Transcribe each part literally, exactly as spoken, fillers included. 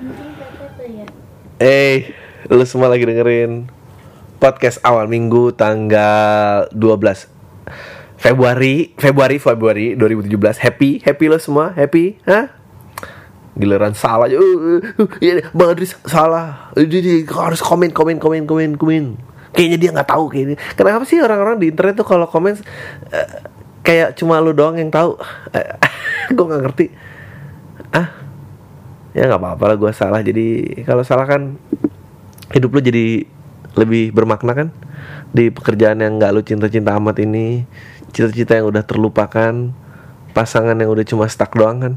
Eh, lu semua lagi dengerin podcast awal minggu tanggal dua belas Februari Februari Februari dua ribu tujuh belas. Happy, happy lo semua, happy? Hah? Giliran salah aja. Uh, uh, uh, Bang Adris salah. Uh, dia, dia harus komen komen komen komen komen. Kayaknya dia nggak tahu kayaknya. Kenapa sih orang-orang di internet tuh kalau komen uh, kayak cuma lu doang yang tahu? Uh, gue nggak ngerti. Ah, ya nggak apa-apa lah gue salah. Jadi kalau salah kan hidup lu jadi lebih bermakna kan. Di pekerjaan yang nggak lu cinta-cinta amat ini, cita-cita yang udah terlupakan, pasangan yang udah cuma stuck doang kan.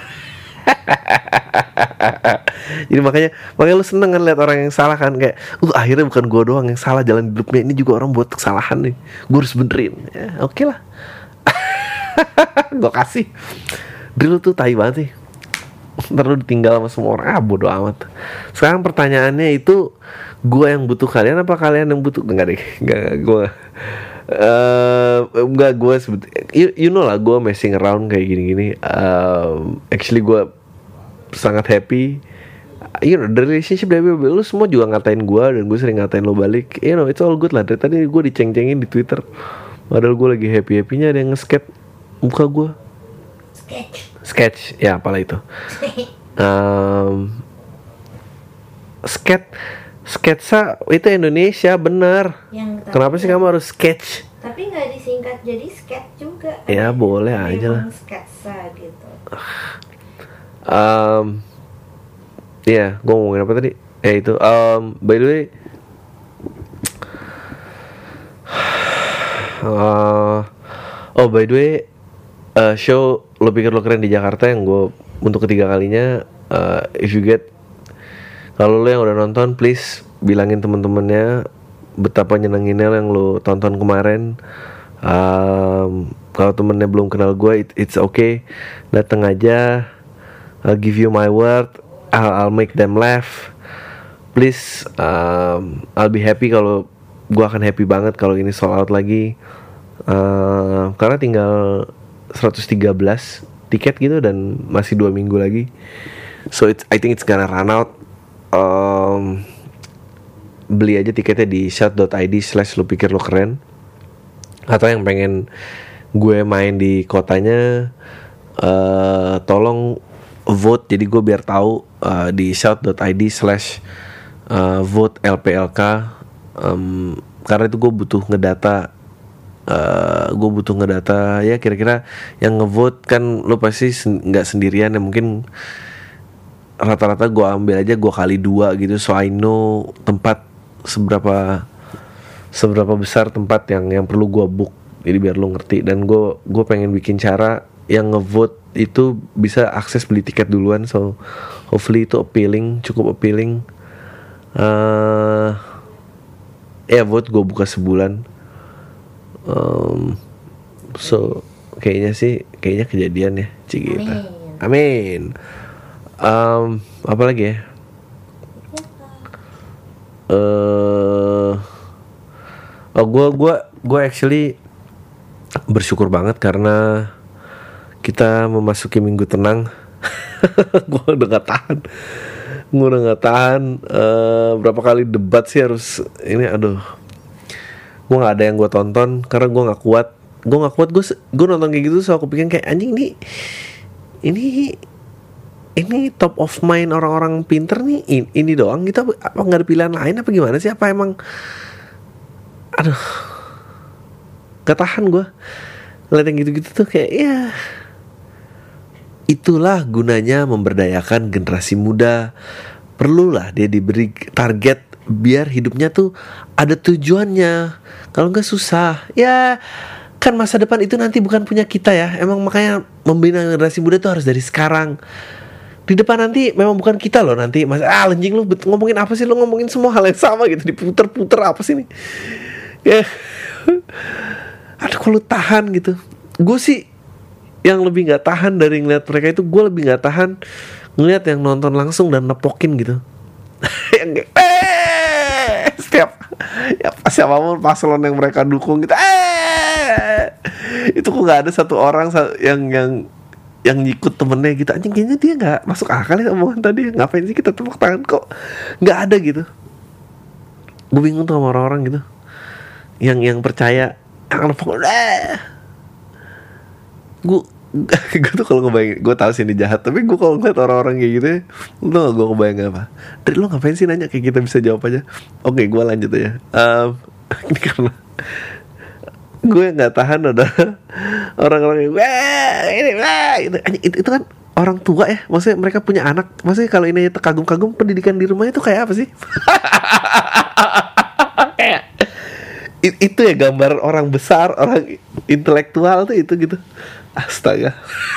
Jadi makanya makanya lu seneng kan lihat orang yang salah kan, kayak uh akhirnya bukan gue doang yang salah jalan hidupnya, ini juga orang buat kesalahan nih, gue harus benerin. Ya oke okay lah. Gue kasih drill tuh tai banget sih. Ntar lu ditinggal sama semua orang, ah bodo amat. Sekarang pertanyaannya itu, gue yang butuh kalian apa kalian yang butuh? Enggak deh, enggak, gue uh, enggak gue sebut, you, you know lah gue messing around kayak gini-gini. uh, Actually gue sangat happy. You know, the relationship dari lu semua juga ngatain gue dan gue sering ngatain lo balik. You know, it's all good lah. Dari tadi gue diceng-cengin di Twitter, padahal gue lagi happy-happynya ada yang nge-skate muka gue. Sketch. Sketch, ya apalah itu. um, Sketch, sketsa itu Indonesia bener. Yang kenapa sih kamu harus sketch? Tapi nggak disingkat jadi sketch juga. Ya boleh aja lah. Sketsa gitu. Um, ya, yeah, gue ngomongin apa tadi? Eh itu, um, by the way, uh, oh by the way, uh, show Lo Pikir Lo Keren di Jakarta yang gue untuk ketiga kalinya. Uh, if you get, kalau lo yang udah nonton, please bilangin temen-temennya betapa nyenenginnya yang lo tonton kemarin. Um, kalau temennya belum kenal gue, it, it's okay, datang aja. I'll give you my word, I'll, I'll make them laugh. Please, um, I'll be happy kalau gue akan happy banget kalau ini sold out lagi. Uh, karena tinggal seratus tiga belas tiket gitu dan masih dua minggu lagi. So it's, I think it's gonna run out. Um, beli aja tiketnya di shout.id slash lo pikir lo keren. Atau yang pengen gue main di kotanya, uh, tolong vote. Jadi gue biar tahu uh, di shout.id slash vote L P L K. Um, karena itu gue butuh ngedata. Uh, gue butuh ngedata ya kira-kira yang ngevote kan lo pasti sen- nggak sendirian ya, mungkin rata-rata gue ambil aja gue kali dua gitu, so I know tempat seberapa seberapa besar tempat yang yang perlu gue book, jadi biar lo ngerti. Dan gue gue pengen bikin cara yang ngevote itu bisa akses beli tiket duluan, so hopefully itu appealing, cukup appealing. Uh, ya vote gue buka sebulan. Um, so kayaknya sih kayaknya kejadian ya Cigita. Amin. Amin. Um, apa lagi ya? Uh, oh gue gue gue actually bersyukur banget karena kita memasuki minggu tenang. Gue udah gak tahan. Gue udah gak tahan. Uh, berapa kali debat sih harus ini, aduh. Gue nggak ada yang gue tonton karena gue nggak kuat. Gue nggak kuat. Gue gue nonton kayak gitu, so aku pikir kayak anjing nih, ini ini top of mind orang-orang pinter nih. Ini, ini doang kita gitu, apa nggak ada pilihan lain apa gimana sih? Apa emang, aduh, gak tahan gue ngeliat yang gitu-gitu tuh kayak ya. Itulah gunanya memberdayakan generasi muda. Perlulah dia diberi target biar hidupnya tuh ada tujuannya. Kalau enggak susah. Ya kan masa depan itu nanti bukan punya kita ya. Emang makanya membina generasi muda tuh harus dari sekarang. Di depan nanti memang bukan kita loh nanti. Mas ah anjing lu ngomongin apa sih, lu ngomongin semua hal yang sama gitu, diputer-puter apa sih nih. Ya. Aduh kalau tahan gitu. Gue sih yang lebih enggak tahan dari ngeliat mereka itu, gue lebih enggak tahan ngeliat yang nonton langsung dan nepokin gitu. Yang eh setiap ya siapapun paslon yang mereka dukung gitu, eh itu kok nggak ada satu orang yang yang yang ngikut temennya gitu, anjing kayaknya dia nggak masuk akal ya omongan tadi, ngapain sih kita tepuk tangan kok nggak ada gitu. Gue bingung tuh sama orang-orang gitu yang yang percaya yang nepok. Gue gue tuh kalau ngebayang, gue tahu sih ini jahat, tapi gue kalau ngeliat orang-orang kayak gitu, lo gue kebayang apa? Dari lo ngapain sih nanya kayak kita, bisa jawab aja. Oke, gue lanjut aja. Um, ini karena gue nggak tahan ada orang-orang yang wah ini wah itu, itu, itu kan orang tua ya, maksudnya mereka punya anak, maksudnya kalau ini terkagum-kagum pendidikan di rumahnya itu kayak apa sih? Kayak itu ya gambaran orang besar, orang intelektual tuh itu gitu. Astaga.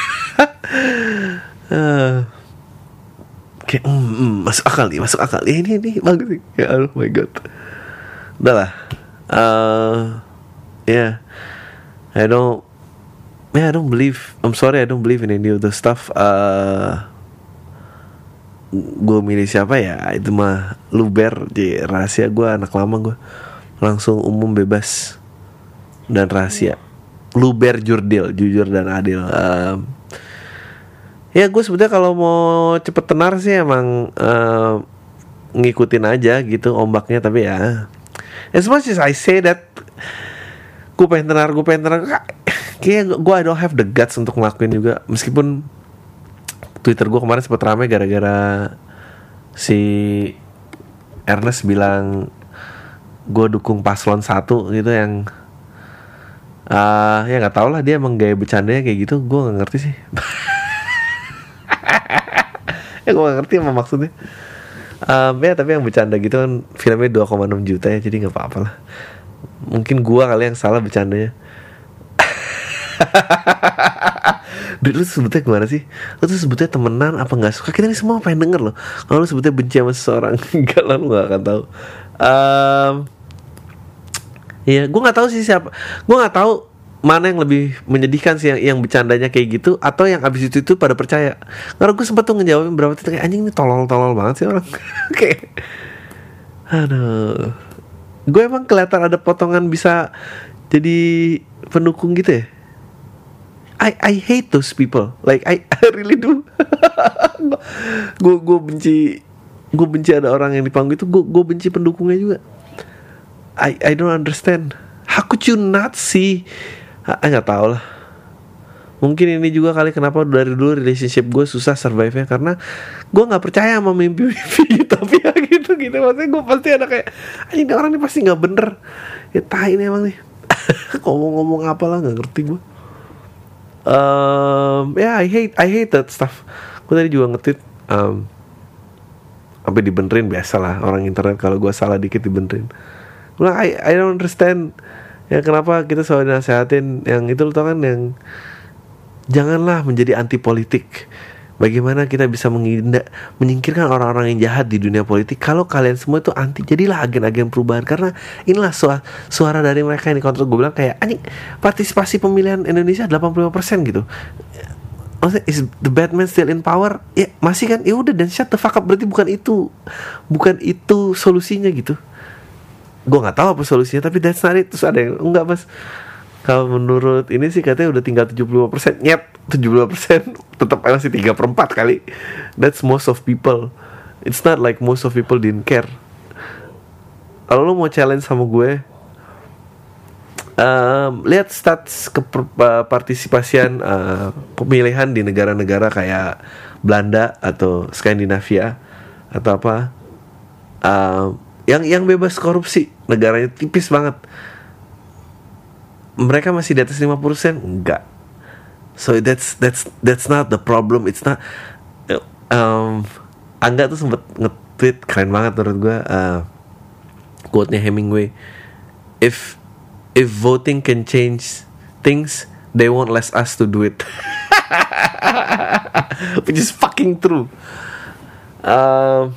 uh, kayak mm, mm, masuk akal nih, masuk akal. Ya, ini ini bagus nih. Ya oh my god. Udah lah. Uh, yeah. I don't Yeah, I don't believe. I'm sorry, I don't believe in any of the stuff. Uh, gue milih siapa ya? Itu mah luber di rahasia gue, anak lama gue. Langsung umum, bebas dan rahasia. Luber jurdil, jujur dan adil. Um, ya gue sebetulnya kalau mau cepet tenar sih emang uh, ngikutin aja gitu ombaknya. Tapi ya, as much as I say that gue pengen tenar, gue pengen tenar, kayak gue I don't have the guts untuk ngelakuin juga. Meskipun Twitter gue kemarin sempet rame gara-gara si Ernest bilang gue dukung paslon satu gitu, yang Uh, ya nggak tau lah, dia emang gaya bercandanya kayak gitu, gue nggak ngerti sih. Ya gue nggak ngerti apa maksudnya. Um, ya tapi yang bercanda gitu kan filmnya dua koma enam juta ya, jadi nggak apa-apa lah. Mungkin gue kali yang salah bercandanya. Duh, lu sebetulnya gimana sih? Lu tuh sebetulnya temenan apa nggak suka? Kita ini semua pengen denger loh. Kalau lu sebetulnya benci sama seseorang, enggak lah, lu nggak akan tahu. Um, Iya, gue nggak tahu sih siapa. Gue nggak tahu mana yang lebih menyedihkan sih, yang, yang bercandanya kayak gitu atau yang abis itu itu pada percaya. Karena gue sempat tuh ngejawabin berapa titik kayak anjing ini tolol-tolol banget sih orang. Kayak, aduh, gue emang kelihatan ada potongan bisa jadi pendukung gitu ya. I I hate those people, like I, I really do. Gue gue benci gue benci ada orang yang di panggung itu. Gue gue benci pendukungnya juga. I I don't understand. How could you not see? Ah, nggak tahu lah. Mungkin ini juga kali kenapa dari dulu relationship gue susah survive-nya, karena gue nggak percaya sama mimpi-mimpi tapi ya gitu gitu. Maksudnya gue pasti ada kayak, ini orang ini pasti nggak bener. Ya tai ini emang nih. Ngomong-ngomong apa lah, nggak ngerti gue. Um, ya yeah, I hate I hate that stuff. Gue tadi juga nge-tweet. Um, sampai dibenerin, biasa lah orang internet kalau gue salah dikit dibenerin. Bilang I, I don't understand ya kenapa kita selalu nasehatin yang itu, lo tau kan, yang janganlah menjadi anti politik. Bagaimana kita bisa mengindah, menyingkirkan orang-orang yang jahat di dunia politik kalau kalian semua itu anti. Jadilah agen-agen perubahan, karena inilah suara, suara dari mereka yang dikontrol. Gue bilang kayak anjing, partisipasi pemilihan Indonesia delapan puluh lima persen gitu. Maksudnya is the bad man still in power? Ya masih kan, ya udah, dan shut the fuck up. Berarti bukan itu, bukan itu solusinya gitu. Gue nggak tahu apa solusinya, tapi that's not it. Terus ada yang enggak mas, kalau menurut ini sih katanya udah tinggal tujuh puluh lima persen. Nyet, tujuh puluh lima persen tetap masih tiga per empat kali. That's most of people. It's not like most of people didn't care. Kalau lo mau challenge sama gue, um, lihat stats kepartisipasian uh, pemilihan di negara-negara kayak Belanda atau Skandinavia atau apa, um, yang yang bebas korupsi, negaranya tipis banget. Mereka masih di atas lima puluh persen? Enggak. So that's that's that's not the problem. It's not. Um, Angga tuh sempet nge-tweet keren banget menurut gue. Uh, quote-nya Hemingway. If if voting can change things, they won't let us to do it. Which is fucking true. Um.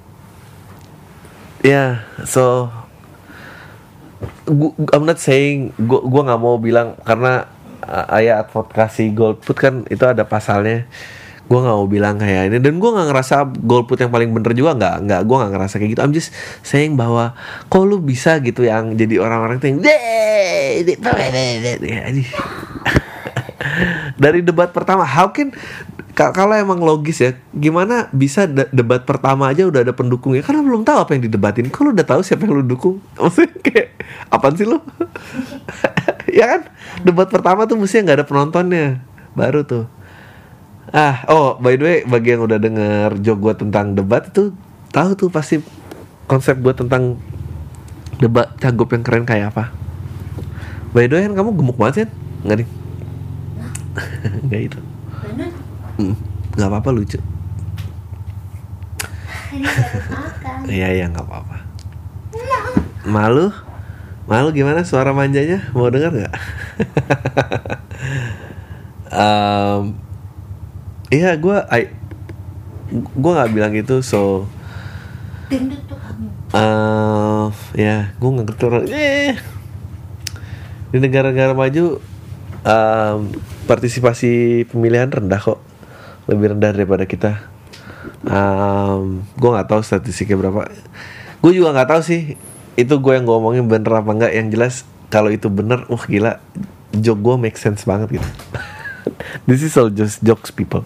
Ya, yeah, so gua, I'm not saying gua gua nggak mau bilang karena uh, ayat advokasi golput kan itu ada pasalnya. Gua nggak mau bilang kayak ini, dan gua nggak ngerasa golput yang paling bener juga, nggak nggak gua nggak ngerasa kayak gitu. I'm just saying bahwa kok lu bisa gitu yang jadi orang-orang tuh yang Dari debat pertama, how can ka- kalau emang logis ya, gimana bisa de- debat pertama aja udah ada pendukungnya? Karena belum tahu apa yang didebatin. Kalau udah tahu siapa yang lu dukung, maksudnya kayak apaan sih lu? Ya kan, debat pertama tuh mestinya nggak ada penontonnya, baru tuh. Ah, oh by the way, bagi yang udah denger joke gue tentang debat itu tahu tuh pasti konsep gue tentang debat cagup yang keren kayak apa. By the way, kan kamu gemuk banget kan? Nggak nih? Nggak itu. Bener. Hmm, nggak apa-apa, lucu. Ini baru makan. Iya iya nggak apa-apa. Malu? Malu gimana suara manjanya? Mau dengar nggak? um, Iya gue, gue nggak bilang itu so. Gendut tuh kamu. Uh, ya, gue nggak ngerti orang. Eh, di negara-negara maju, um, partisipasi pemilihan rendah kok, lebih rendah daripada kita. Um, gue nggak tahu statistiknya berapa. Gue juga nggak tahu sih. Itu gue yang gue omongin bener apa enggak. Yang jelas kalau itu bener, wah gila, joke gue make sense banget gitu. This is all just jokes people.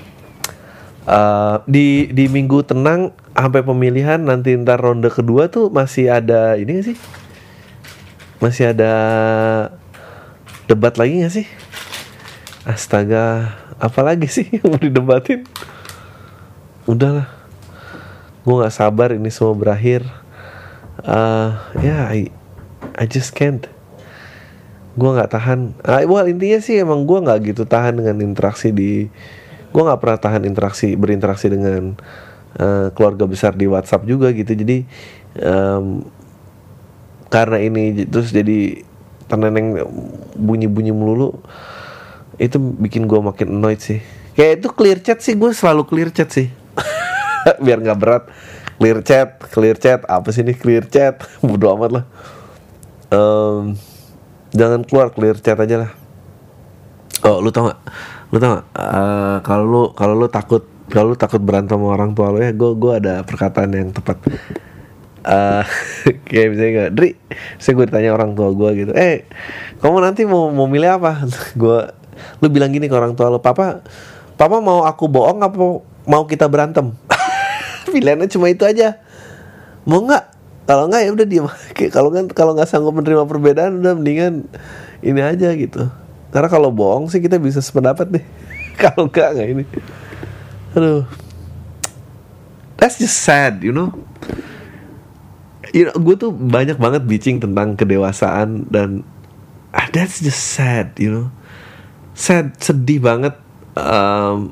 Uh, di di minggu tenang sampai pemilihan nanti ntar ronde kedua tuh masih ada ini gak sih? Masih ada debat lagi gak sih? Astaga, apa lagi sih yang mau didebatin? Udahlah, gue nggak sabar ini semua berakhir. Uh, ya, yeah, I I just can't. Gue nggak tahan. Uh, well intinya sih emang gue nggak gitu tahan dengan interaksi di. Gue nggak pernah tahan interaksi berinteraksi dengan uh, keluarga besar di WhatsApp juga gitu. Jadi um, karena ini terus jadi teneneng bunyi-bunyi melulu, itu bikin gue makin annoyed sih. Kayak itu clear chat sih, gue selalu clear chat sih. Biar nggak berat. Clear chat, clear chat, apa sih ini clear chat? Bodo amat lah. Um, jangan keluar, clear chat aja lah. Oh, lu tau gak? Lu tau gak? Uh, kalau lu kalau lu takut kalau lu takut berantem sama orang tua lu ya, gue gue ada perkataan yang tepat. Uh, kayak misalnya gak, Dri, saya gue ditanya orang tua gue gitu, eh, kamu nanti mau mau milih apa? Gue, lu bilang gini ke orang tua lu, papa, papa mau aku bohong apa mau kita berantem? Pilihannya cuma itu aja. Mau nggak? Kalau nggak ya udah diam. Kalau nggak kalau nggak sanggup menerima perbedaan udah mendingan ini aja gitu. Karena kalau bohong sih kita bisa sependapat nih. Kalau nggak nggak ini. Aduh. That's just sad, you know. You know, gue tuh banyak banget bitching tentang kedewasaan dan ah, that's just sad, you know. Sad, sedih banget. Um,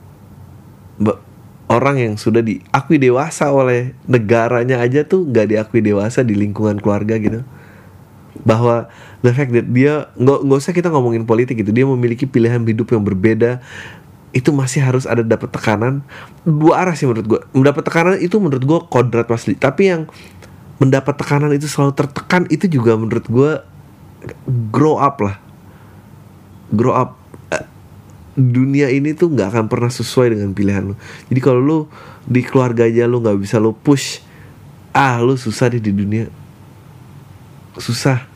Orang yang sudah diakui dewasa oleh negaranya aja tuh nggak diakui dewasa di lingkungan keluarga gitu. Bahwa the fact that dia nggak nggak usah kita ngomongin politik gitu, dia memiliki pilihan hidup yang berbeda, itu masih harus ada dapat tekanan dua arah sih menurut gue. Mendapat tekanan itu menurut gue kodrat pasti, tapi yang mendapat tekanan itu selalu tertekan itu juga menurut gue grow up lah, grow up. Dunia ini tuh nggak akan pernah sesuai dengan pilihan lo. Jadi kalau lo di keluarga aja lo nggak bisa lo push, ah lo susah deh di dunia, susah.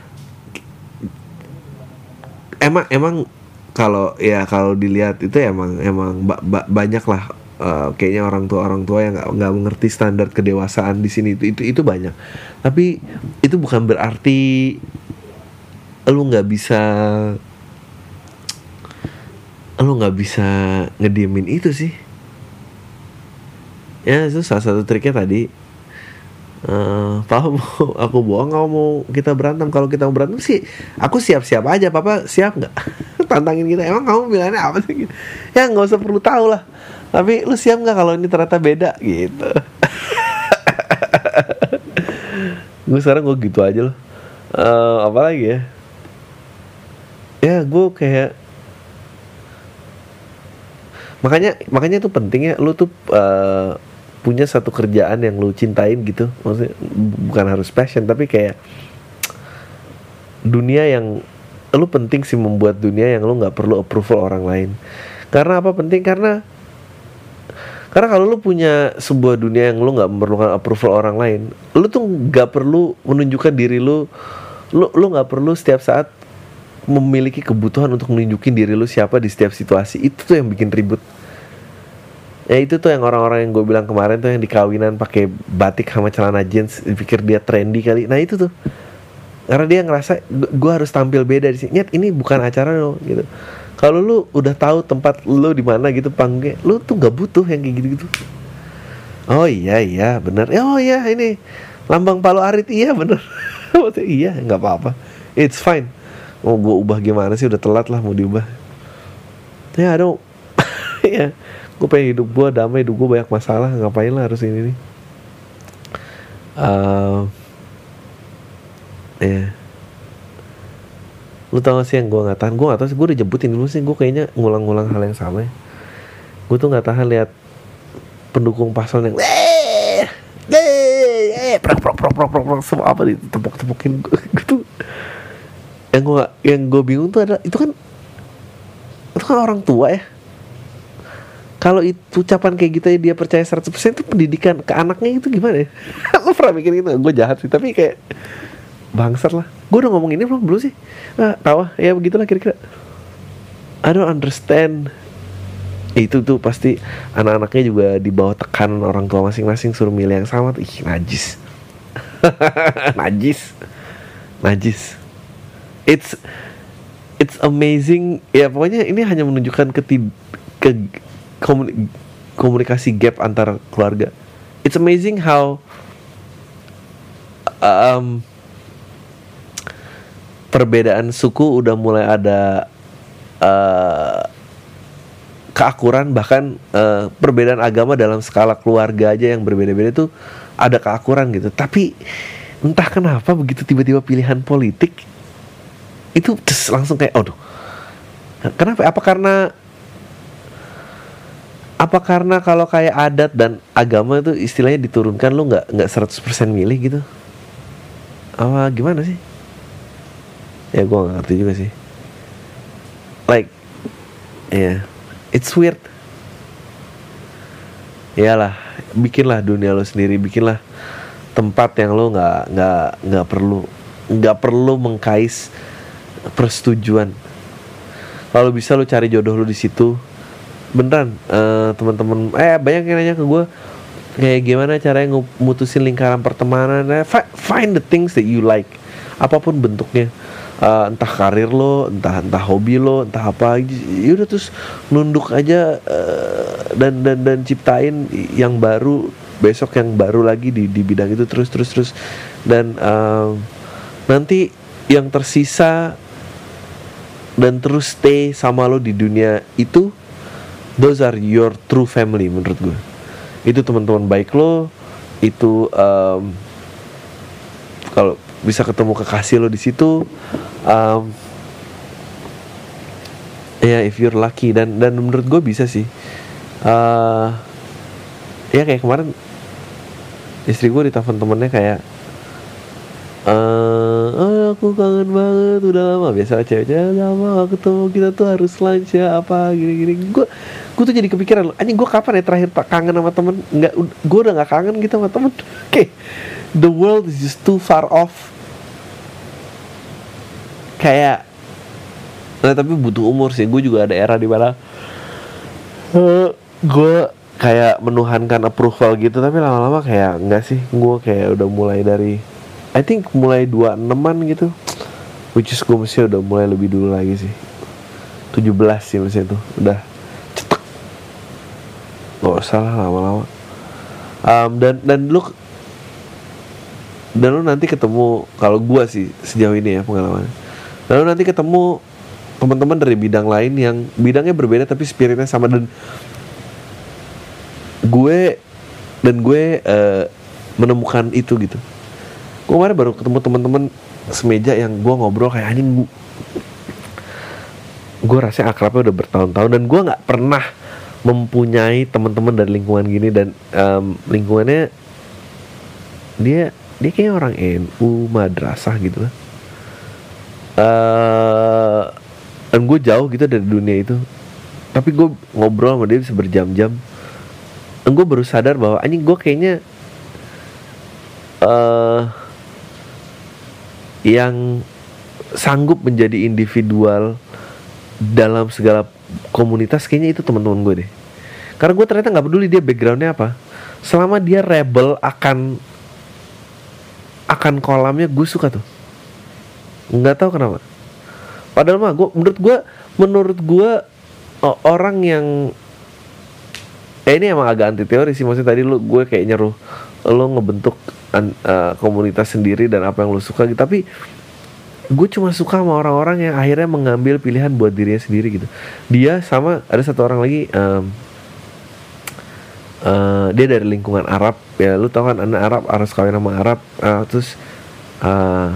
Emang emang kalau ya kalau dilihat itu emang emang ba- ba- banyak lah uh, kayaknya orang tua orang tua yang nggak nggak mengerti standar kedewasaan di sini itu itu itu banyak. Tapi itu bukan berarti lo nggak bisa lo nggak bisa ngediemin itu sih. Ya itu salah satu triknya tadi. Uh, Papa mau aku bohong, kamu mau kita berantem. Kalau kita mau berantem sih, aku siap-siap aja. Papa siap nggak? Tantangin kita. Emang kamu bilangnya apa sih? Ya nggak usah perlu tahu lah. Tapi lu siap nggak kalau ini ternyata beda gitu? Gue sekarang gue gitu aja loh. Uh, apa lagi ya? Ya gue kayak Makanya makanya itu pentingnya lu tuh uh, punya satu kerjaan yang lu cintain gitu. Maksudnya bukan harus passion, tapi kayak dunia yang lu penting sih, membuat dunia yang lu nggak perlu approval orang lain. Karena apa penting? Karena karena kalau lu punya sebuah dunia yang lu nggak memerlukan approval orang lain, lu tuh nggak perlu menunjukkan diri lu, lu lu nggak perlu setiap saat memiliki kebutuhan untuk nunjukin diri lu siapa di setiap situasi. Itu tuh yang bikin ribut. Ya itu tuh yang orang-orang yang gue bilang kemarin tuh yang di kawinan pakai batik sama celana jeans, pikir dia trendy kali. Nah itu tuh, karena dia ngerasa gue harus tampil beda di sini. Nyet, ini bukan acara lo gitu. Kalau lu udah tahu tempat lu di mana gitu panggil, lu tuh nggak butuh yang kayak gitu-gitu. Oh iya iya benar. Oh iya ini lambang Palu Arit, iya benar. Maksudnya iya nggak apa-apa. It's fine. Mau gue ubah gimana sih, udah telat lah mau diubah. Ya aduh. Ya. Gue pengen hidup gue damai, hidup gue banyak masalah, ngapain lah harus ini nih. Uh, ya yeah. Lu tau gak sih yang gue gak tahan? Gue gak tau sih, gue udah jemputin dulu sih. Gue kayaknya ngulang-ngulang hal yang sama ya. Gue tuh gak tahan lihat pendukung paslon yang eh eh prok prok prok prok prok semua apa ditepuk-tepukin. Gue tuh yang gue yang gue bingung tuh adalah itu kan itu kan orang tua ya. Kalau itu ucapan kayak gitu ya dia percaya seratus persen, itu pendidikan ke anaknya itu gimana ya? Lo pernah mikir gitu? Gue jahat sih, tapi kayak bangsat lah. Gue udah ngomong ini belum belum sih? Nah, tahu ya begitulah kira-kira. I don't understand. Itu tuh pasti anak-anaknya juga di bawah tekanan orang tua masing-masing suruh milih yang sama tuh. Ih, najis. najis. Najis. It's it's amazing. Ya pokoknya ini hanya menunjukkan ketid ke komunikasi gap antar keluarga. It's amazing how um, perbedaan suku udah mulai ada uh, keakuran, bahkan uh, perbedaan agama dalam skala keluarga aja yang berbeda-beda tuh ada keakuran gitu. Tapi entah kenapa begitu tiba-tiba pilihan politik itu just langsung kayak aduh. Kenapa? Apa karena Apa karena kalau kayak adat dan agama itu istilahnya diturunkan, lu nggak nggak seratus persen milih gitu? Apa gimana sih? Ya gue nggak ngerti juga sih. Like, yeah, it's weird. Iyalah, bikinlah dunia lo sendiri, bikinlah tempat yang lo nggak nggak nggak perlu nggak perlu mengkais persetujuan. Kalau bisa lo cari jodoh lo di situ. Beneran, uh, teman-teman, eh banyak yang nanya ke gue kayak gimana caranya mutusin lingkaran pertemanan. eh, Find the things that you like, apapun bentuknya, uh, entah karir lo, entah entah hobi lo, entah apa. Yaudah terus nunduk aja uh, dan dan dan ciptain yang baru, besok yang baru lagi di di bidang itu terus terus terus dan uh, nanti yang tersisa dan terus stay sama lo di dunia itu. Those are your true family menurut gue. Itu teman-teman baik lo. Itu um, kalau bisa ketemu kekasih lo di situ. Um, ya yeah, if you're lucky dan dan menurut gue bisa sih. Uh, ya kayak kemarin istri gue ditelepon temennya kayak, Uh, oh, aku kangen banget, udah lama. Biasa cewek-cewek lama gak ketemu, kita tuh harus lunch ya apa gini-gini. Gue gue tuh jadi kepikiran, anjing gue kapan ya terakhir pak kangen sama temen? Nggak, gue udah nggak kangen gitu sama temen. Oke, okay. The world is just too far off. Kayak, nah tapi butuh umur sih. Gue juga ada era di mana uh, gue kayak menuhankan approval gitu, tapi lama-lama kayak enggak sih. Gue kayak udah mulai dari I think mulai dua puluh enam-an gitu, which is gue mesti udah mulai lebih dulu lagi sih, tujuh belas sih mesti itu udah cetek, gak usah lah lama-lama. um, dan dan lu dan lu nanti ketemu, kalau gue sih sejauh ini ya pengalaman, dan lu nanti ketemu teman-teman dari bidang lain yang bidangnya berbeda tapi spiritnya sama. Dan gue dan gue uh, menemukan itu gitu. Gue kemarin baru ketemu teman-teman semeja yang gue ngobrol kayak anjing, gue rasanya akrabnya udah bertahun-tahun dan gue nggak pernah mempunyai teman-teman dari lingkungan gini. Dan um, lingkungannya dia dia kayak orang N U madrasah gitu lah. Uh, dan gue jauh gitu dari dunia itu, tapi gue ngobrol sama dia bisa berjam-jam. Dan gue baru sadar bahwa anjing gue kayaknya uh, yang sanggup menjadi individual dalam segala komunitas, kayaknya itu teman-teman gue deh. Karena gue ternyata nggak peduli dia backgroundnya apa, selama dia rebel akan akan kolamnya, gue suka tuh. Nggak tahu kenapa. Padahal mah gue, menurut gue, menurut gue oh, orang yang eh ini emang agak anti teori sih. Maksudnya tadi lu gue kayak nyuruh lo ngebentuk uh, komunitas sendiri dan apa yang lo suka gitu. Tapi gue cuma suka sama orang-orang yang akhirnya mengambil pilihan buat dirinya sendiri gitu. Dia sama ada satu orang lagi, um, uh, dia dari lingkungan Arab ya, lu tau kan anak Arab harus kawin sama Arab, uh, terus uh,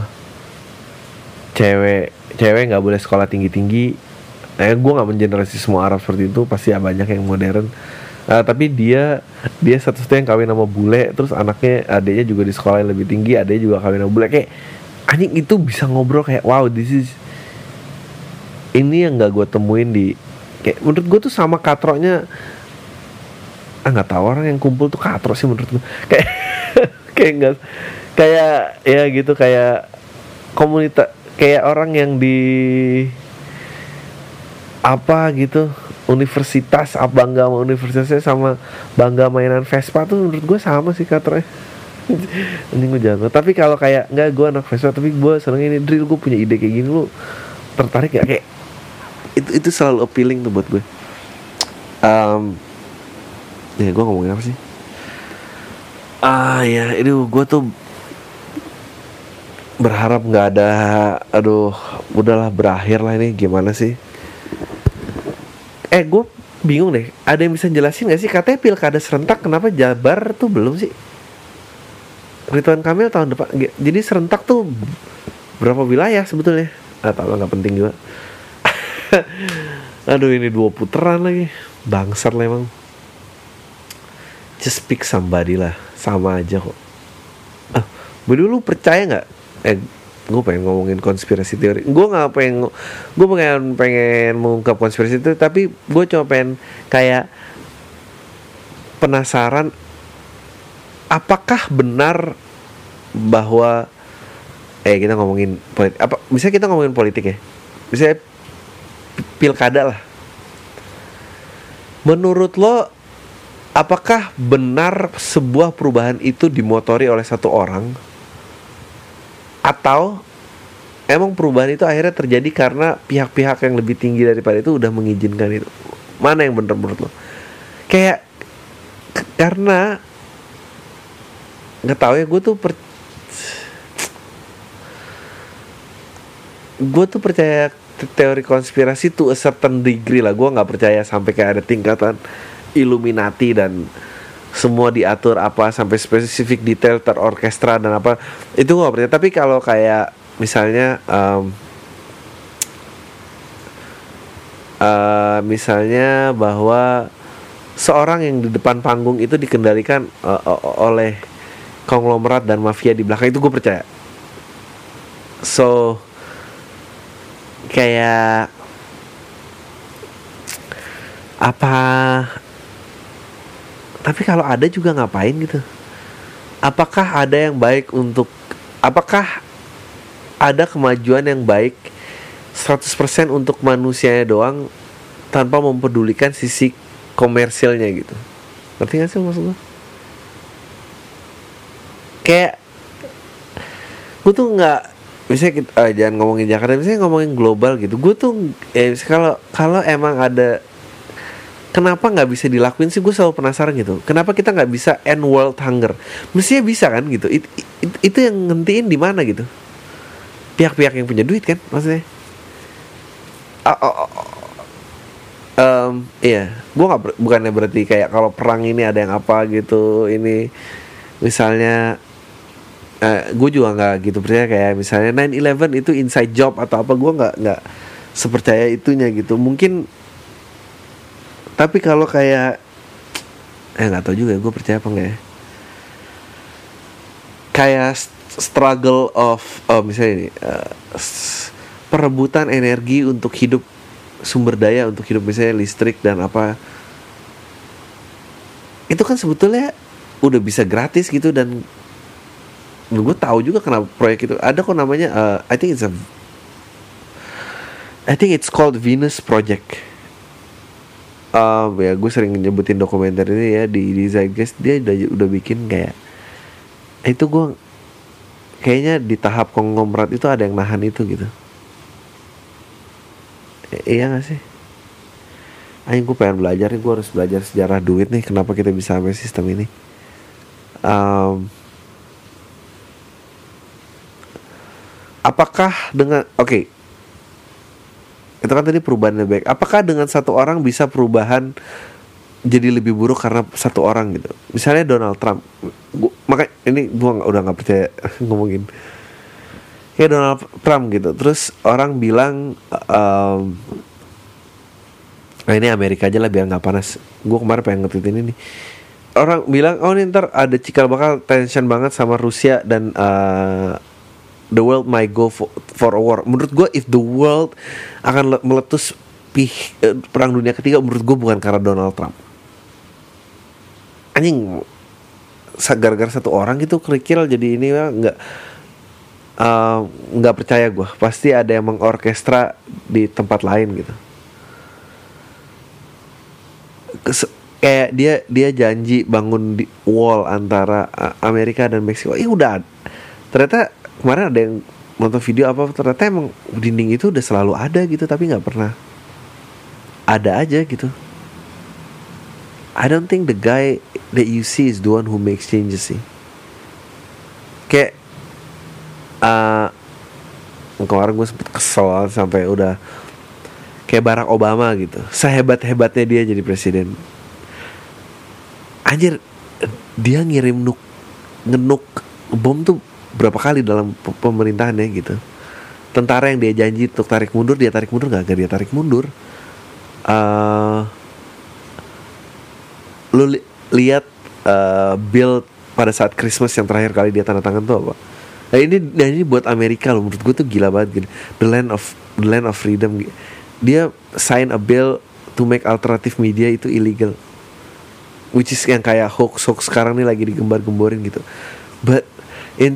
cewek cewek nggak boleh sekolah tinggi-tinggi. Eh gue nggak mengeneralisasi semua Arab seperti itu, pasti ya banyak yang modern. Uh, tapi dia dia satu-satunya yang kawin sama bule, terus anaknya adiknya juga di sekolah yang lebih tinggi, adiknya juga kawin sama bule. Kayak anjing, itu bisa ngobrol kayak wow, this is ini yang nggak gue temuin di kayak, menurut gue tuh sama katroknya. Ah nggak tahu, orang yang kumpul tuh katrok sih menurut gue. Kayak kayak nggak kayak ya gitu, kayak komunitas, kayak orang yang di apa gitu universitas, apa bangga sama universitasnya sama bangga mainan Vespa tuh menurut gue sama sih katroknya. Anjing gue jago. Tapi kalau kayak nggak, gue anak Vespa tapi gue seneng ini drill, gue punya ide kayak gini, lu tertarik gak? Kayak itu itu selalu appealing tuh buat gue. Um, ya gue ngomongin apa sih? Ah ya, itu gue tuh berharap nggak ada, aduh, udahlah berakhir lah ini, gimana sih? Eh gue bingung deh, ada yang bisa jelasin nggak sih? Katanya pilkada serentak, kenapa Jabar tuh belum sih? Ridwan Kamil tahun depan, jadi serentak tuh berapa wilayah sebetulnya? Ah tau lah, nggak penting juga. Aduh, ini dua putaran lagi, bangsat lah emang. Just pick somebody lah, sama aja kok. Ah, dulu lu percaya nggak? Eh, gue pengen ngomongin konspirasi teori. Gue nggak pengen, gue pengen pengen mengungkap konspirasi itu, tapi gue cuma pengen kayak penasaran, apakah benar bahwa eh kita ngomongin politik, apa? Misalnya kita ngomongin politik ya, misalnya pilkada lah. Menurut lo, apakah benar sebuah perubahan itu dimotori oleh satu orang, atau emang perubahan itu akhirnya terjadi karena pihak-pihak yang lebih tinggi daripada itu udah mengizinkan itu? Mana yang benar menurut lo? Kayak k- karena nggak tahu ya, gue tuh per, gue tuh percaya teori konspirasi to a certain degree lah. Gue nggak percaya sampai kayak ada tingkatan Illuminati dan semua diatur apa sampai spesifik detail terorkestra dan apa, itu gue gak percaya. Tapi kalau kayak misalnya um, uh, misalnya bahwa seorang yang di depan panggung itu dikendalikan uh, oleh konglomerat dan mafia di belakang, itu gue percaya. So kayak apa, tapi kalau ada juga ngapain gitu? Apakah ada yang baik untuk, apakah ada kemajuan yang baik seratus persen untuk manusianya doang tanpa mempedulikan sisi komersilnya gitu? Ngerti gak sih maksud gue? Kayak gue tuh gak, misalnya kita, eh, jangan ngomongin Jakarta, misalnya ngomongin global gitu. Gue tuh eh, kalau kalau emang ada, kenapa nggak bisa dilakuin sih? Gue selalu penasaran gitu. Kenapa kita nggak bisa end world hunger? Mestinya bisa kan gitu. It, it, itu yang ngentiin di mana gitu? Pihak-pihak yang punya duit kan, maksudnya. Oh, oh, oh. Um, iya, gue nggak ber, bukannya berarti kayak kalau perang ini ada yang apa gitu. Ini misalnya, uh, gue juga nggak gitu percaya kayak misalnya nine eleven itu inside job atau apa. Gue nggak nggak sepercaya itunya gitu. Mungkin. Tapi kalau kayak, eh nggak tahu juga, gue percaya apa nggak ya? Kayak struggle of, oh misalnya ini, uh, perebutan energi untuk hidup, sumber daya untuk hidup, misalnya listrik dan apa. Itu kan sebetulnya udah bisa gratis gitu, dan gue tahu juga kenapa proyek itu ada kok namanya, uh, I think it's a I think it's called Venus Project. Um, ya gue sering nyebutin dokumenter ini ya di, di Zeitgeist. Dia udah udah bikin kayak itu, gue kayaknya di tahap konglomerat itu ada yang nahan itu gitu. I- iya gak sih? Ayo gue pengen belajar nih, gue harus belajar sejarah duit nih. Kenapa kita bisa sampai sistem ini? Um, apakah dengan oke okay, itu kan tadi perubahannya baik. Apakah dengan satu orang bisa perubahan jadi lebih buruk karena satu orang gitu? Misalnya Donald Trump. Gua, makanya ini gue udah nggak percaya ngomongin kayak Donald Trump gitu. Terus orang bilang, um, nah ini Amerika aja lah biar nggak panas. Gue kemarin pengen nge-tweet ini nih. Orang bilang, oh ini ntar ada cikal bakal tension banget sama Rusia dan uh, the world might go for, for a war. Menurut gue, if the world akan le- meletus pih, eh, perang dunia ketiga, menurut gue bukan karena Donald Trump. Anjing, gara-gara satu orang gitu kerikil jadi ini nggak nggak uh, percaya gue. Pasti ada yang mengorkestra di tempat lain gitu. Kes- kayak dia dia janji bangun di wall antara uh, Amerika dan Meksiko. Eh udah, ternyata kemarin ada yang nonton video apa, ternyata emang dinding itu udah selalu ada gitu, tapi nggak pernah ada aja gitu. I don't think the guy that you see is the one who makes changes sih. Kayak uh, kemarin gue sempet kesel sampai udah kayak Barack Obama gitu, sehebat-hebatnya dia jadi presiden, anjir dia ngirim nuk ngenuk bom tuh berapa kali dalam pemerintahannya gitu. Tentara yang dia janji untuk tarik mundur, dia tarik mundur nggak? Gak dia tarik mundur. Uh, lu li- lihat uh, bill pada saat Christmas yang terakhir kali dia tanda tangan tuh apa? Nah ini, nah ini buat Amerika loh, menurut gue tuh gila banget gitu. The land of the land of freedom. Dia sign a bill to make alternative media itu illegal, which is yang kayak hoax hoax sekarang nih lagi digembar-gemborin gitu. But in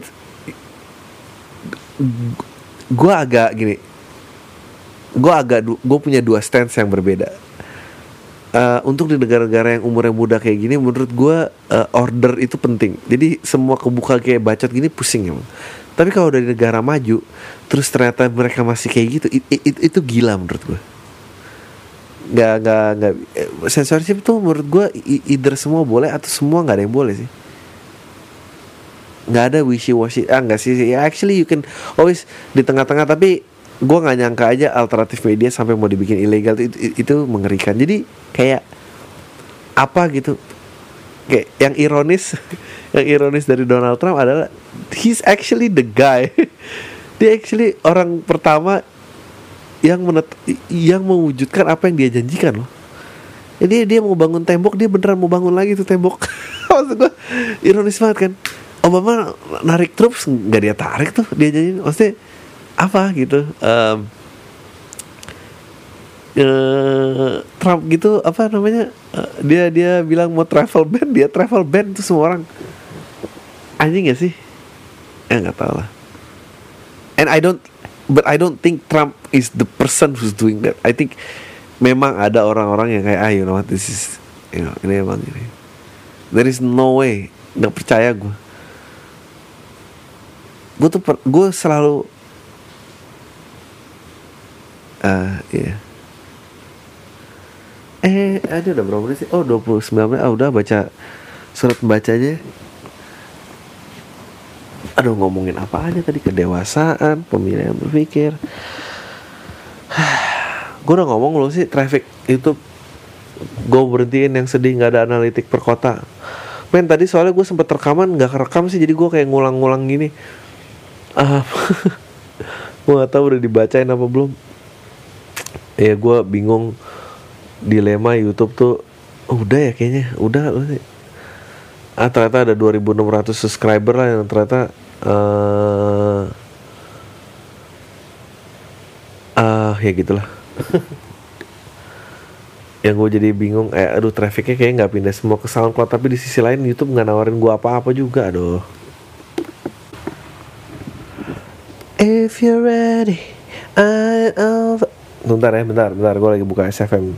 gue agak gini, gue agak gue punya dua stance yang berbeda. Uh, untuk di negara-negara yang umurnya muda kayak gini, menurut gue uh, order itu penting. Jadi semua kebuka kayak bacot gini pusing emang. Tapi kalau dari negara maju, terus ternyata mereka masih kayak gitu, it, it, itu gila menurut gue. Gak gak gak censorship tuh menurut gue either semua boleh atau semua nggak ada yang boleh sih. Nggak ada wishy-washy. Ah nggak sih, ya actually you can always di tengah-tengah. Tapi gue nggak nyangka aja alternatif media sampai mau dibikin ilegal itu, itu, itu mengerikan. Jadi kayak apa gitu, kayak yang ironis yang ironis dari Donald Trump adalah he's actually the guy dia actually orang pertama yang menet- yang mewujudkan apa yang dia janjikan loh. Jadi dia mau bangun tembok, dia beneran mau bangun lagi tuh tembok. Maksud gue ironis banget kan. Obama narik troops nggak dia tarik tuh, dia janjiin. Maksudnya apa gitu. um, uh, Trump gitu apa namanya, uh, dia dia bilang mau travel ban, dia travel ban tuh semua orang anjing gak sih? Ya nggak tahu lah. And I don't, but I don't think Trump is the person who's doing that. I think memang ada orang-orang yang kayak ah you know what, this is, you know, ini emang ini. There is no way, nggak percaya gue. Gue tuh per, gue selalu ah uh, iya. Eh, ada udah berapa menit sih? Oh, dua puluh sembilan menit. Ah, udah baca surat pembacanya. Aduh, ngomongin apa aja tadi? Kedewasaan, pemilihan berpikir. Gue udah ngomong loh sih, traffic YouTube gue berhentiin yang sedih, gak ada analitik per kota. Men, tadi soalnya gue sempet rekaman, gak kerekam sih, jadi gue kayak ngulang-ngulang gini. Ah, gue gak tahu udah dibacain apa belum. Ya gue bingung, dilema YouTube tuh. Oh, udah ya kayaknya, udah loh sih. Ah, ternyata ada dua ribu enam ratus subscriber lah yang ternyata uh, uh, ya gitulah. Yang gue jadi bingung, eh aduh trafficnya kayaknya gak pindah semua ke SoundCloud. Tapi di sisi lain YouTube gak nawarin gue apa-apa juga, aduh. If you're ready, I over. Bentar ya, bentar, bentar. Gue lagi buka S F M.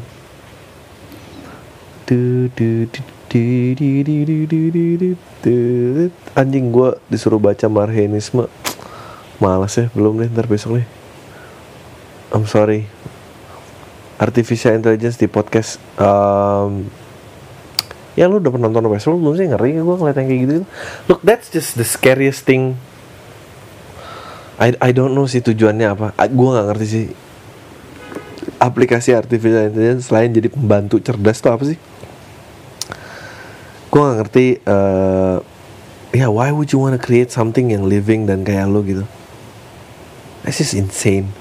Du, du, du, du, du, du, du, du, du, du, du. Anjing, gue disuruh baca Marxisme. Malas ya, belum deh, ntar besok nih. I'm sorry. Artificial Intelligence di podcast. um, Ya lu udah pernah nonton Westworld belum sih? Ngeri gue ngeliat yang kayak gitu. Look, that's just the scariest thing. I, I don't know sih tujuannya apa. Gue gak ngerti sih. Aplikasi Artificial Intelligence selain jadi pembantu cerdas tuh apa sih? Gue gak ngerti. uh, Ya yeah, why would you wanna create something yang living dan kayak lu gitu? That's just insane.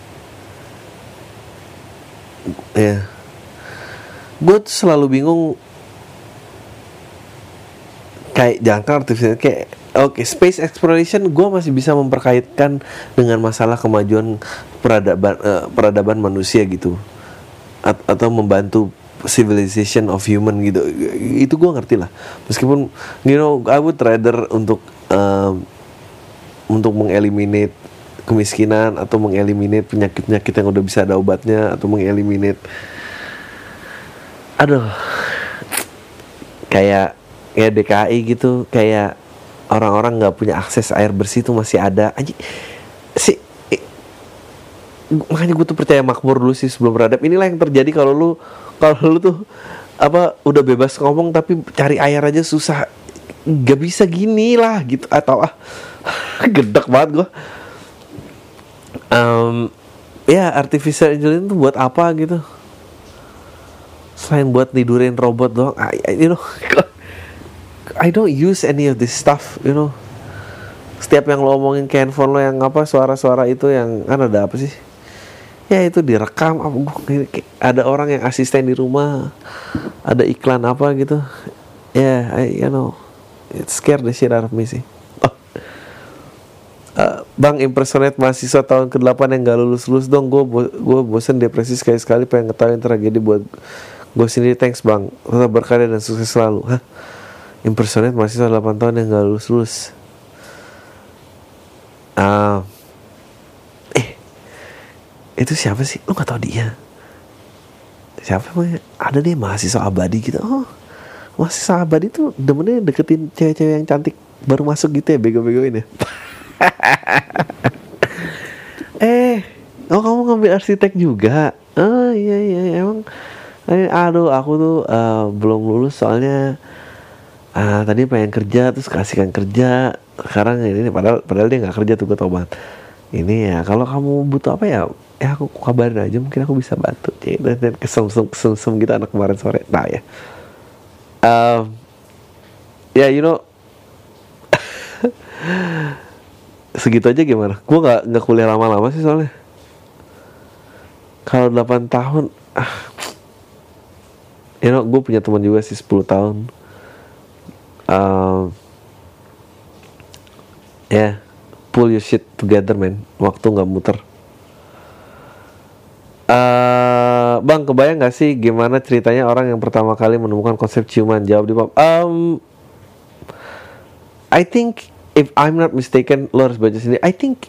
Ya yeah. Gue tuh selalu bingung. Kayak jangka artificial kayak oke okay, space exploration gue masih bisa memperkaitkan dengan masalah kemajuan peradaban uh, peradaban manusia gitu. A- atau membantu civilization of human gitu. Itu gue ngerti lah. Meskipun you know I would rather untuk um, untuk mengeliminate kemiskinan atau mengeliminate penyakit-penyakit yang udah bisa ada obatnya atau mengeliminate aduh kayak ya D K I gitu, kayak orang-orang nggak punya akses air bersih itu masih ada aja sih. Eh, makanya gue tuh percaya makmur dulu sih sebelum beradab. Inilah yang terjadi kalau lu kalau lu tuh apa udah bebas ngomong tapi cari air aja susah, nggak bisa gini lah gitu atau ah gedek banget gue. Um, ya artificial intelligence itu buat apa gitu? Selain buat tidurin robot doang, I, I, you know. I don't use any of this stuff, you know. Setiap yang lo omongin ke handphone lo yang apa suara-suara itu yang kan ada apa sih? Ya itu direkam. Ada orang yang asisten di rumah, ada iklan apa gitu. Ya, yeah, I, you know, it scare the shit out of me sih. Oh. Uh, bang impersonate mahasiswa tahun kedelapan yang gak lulus-lulus dong. Gue bo- gue bosen depresi sekali-sekali pengen ngetawain tragedi buat gue sendiri. Thanks bang, tetap berkarya dan sukses selalu. Hah? Impersonate mahasiswa delapan tahun yang gak lulus-lulus. uh, Eh itu siapa sih? Lu gak tau dia? Siapa emangnya? Ada deh mahasiswa abadi gitu. Oh, mahasiswa abadi tuh demennya deketin cewek-cewek yang cantik baru masuk gitu ya, bego-begoin ya. Eh oh kamu ngambil arsitek juga? Oh iya iya emang. Aduh aku tuh uh, belum lulus soalnya. Ah tadi pengen kerja terus kasihkan kerja, sekarang ini padahal padahal dia nggak kerja tuh, gue tau banget. Ini ya kalau kamu butuh apa ya, ya aku kabarin aja, mungkin aku bisa bantu. Dan, dan kesem-sem kesem gitu anak kemarin sore. Nah ya, um, ya yeah, you know, segitu aja gimana? Gue nggak nggak kuliah lama-lama sih soalnya. Kalau delapan tahun, ah, you know, gue punya teman juga sih sepuluh tahun. Um, ya yeah, pull your shit together man, waktu nggak muter. Uh, bang kebayang nggak sih gimana ceritanya orang yang pertama kali menemukan konsep ciuman? Jawab di pub. Um, I think if I'm not mistaken, lo harus baca sendiri. I think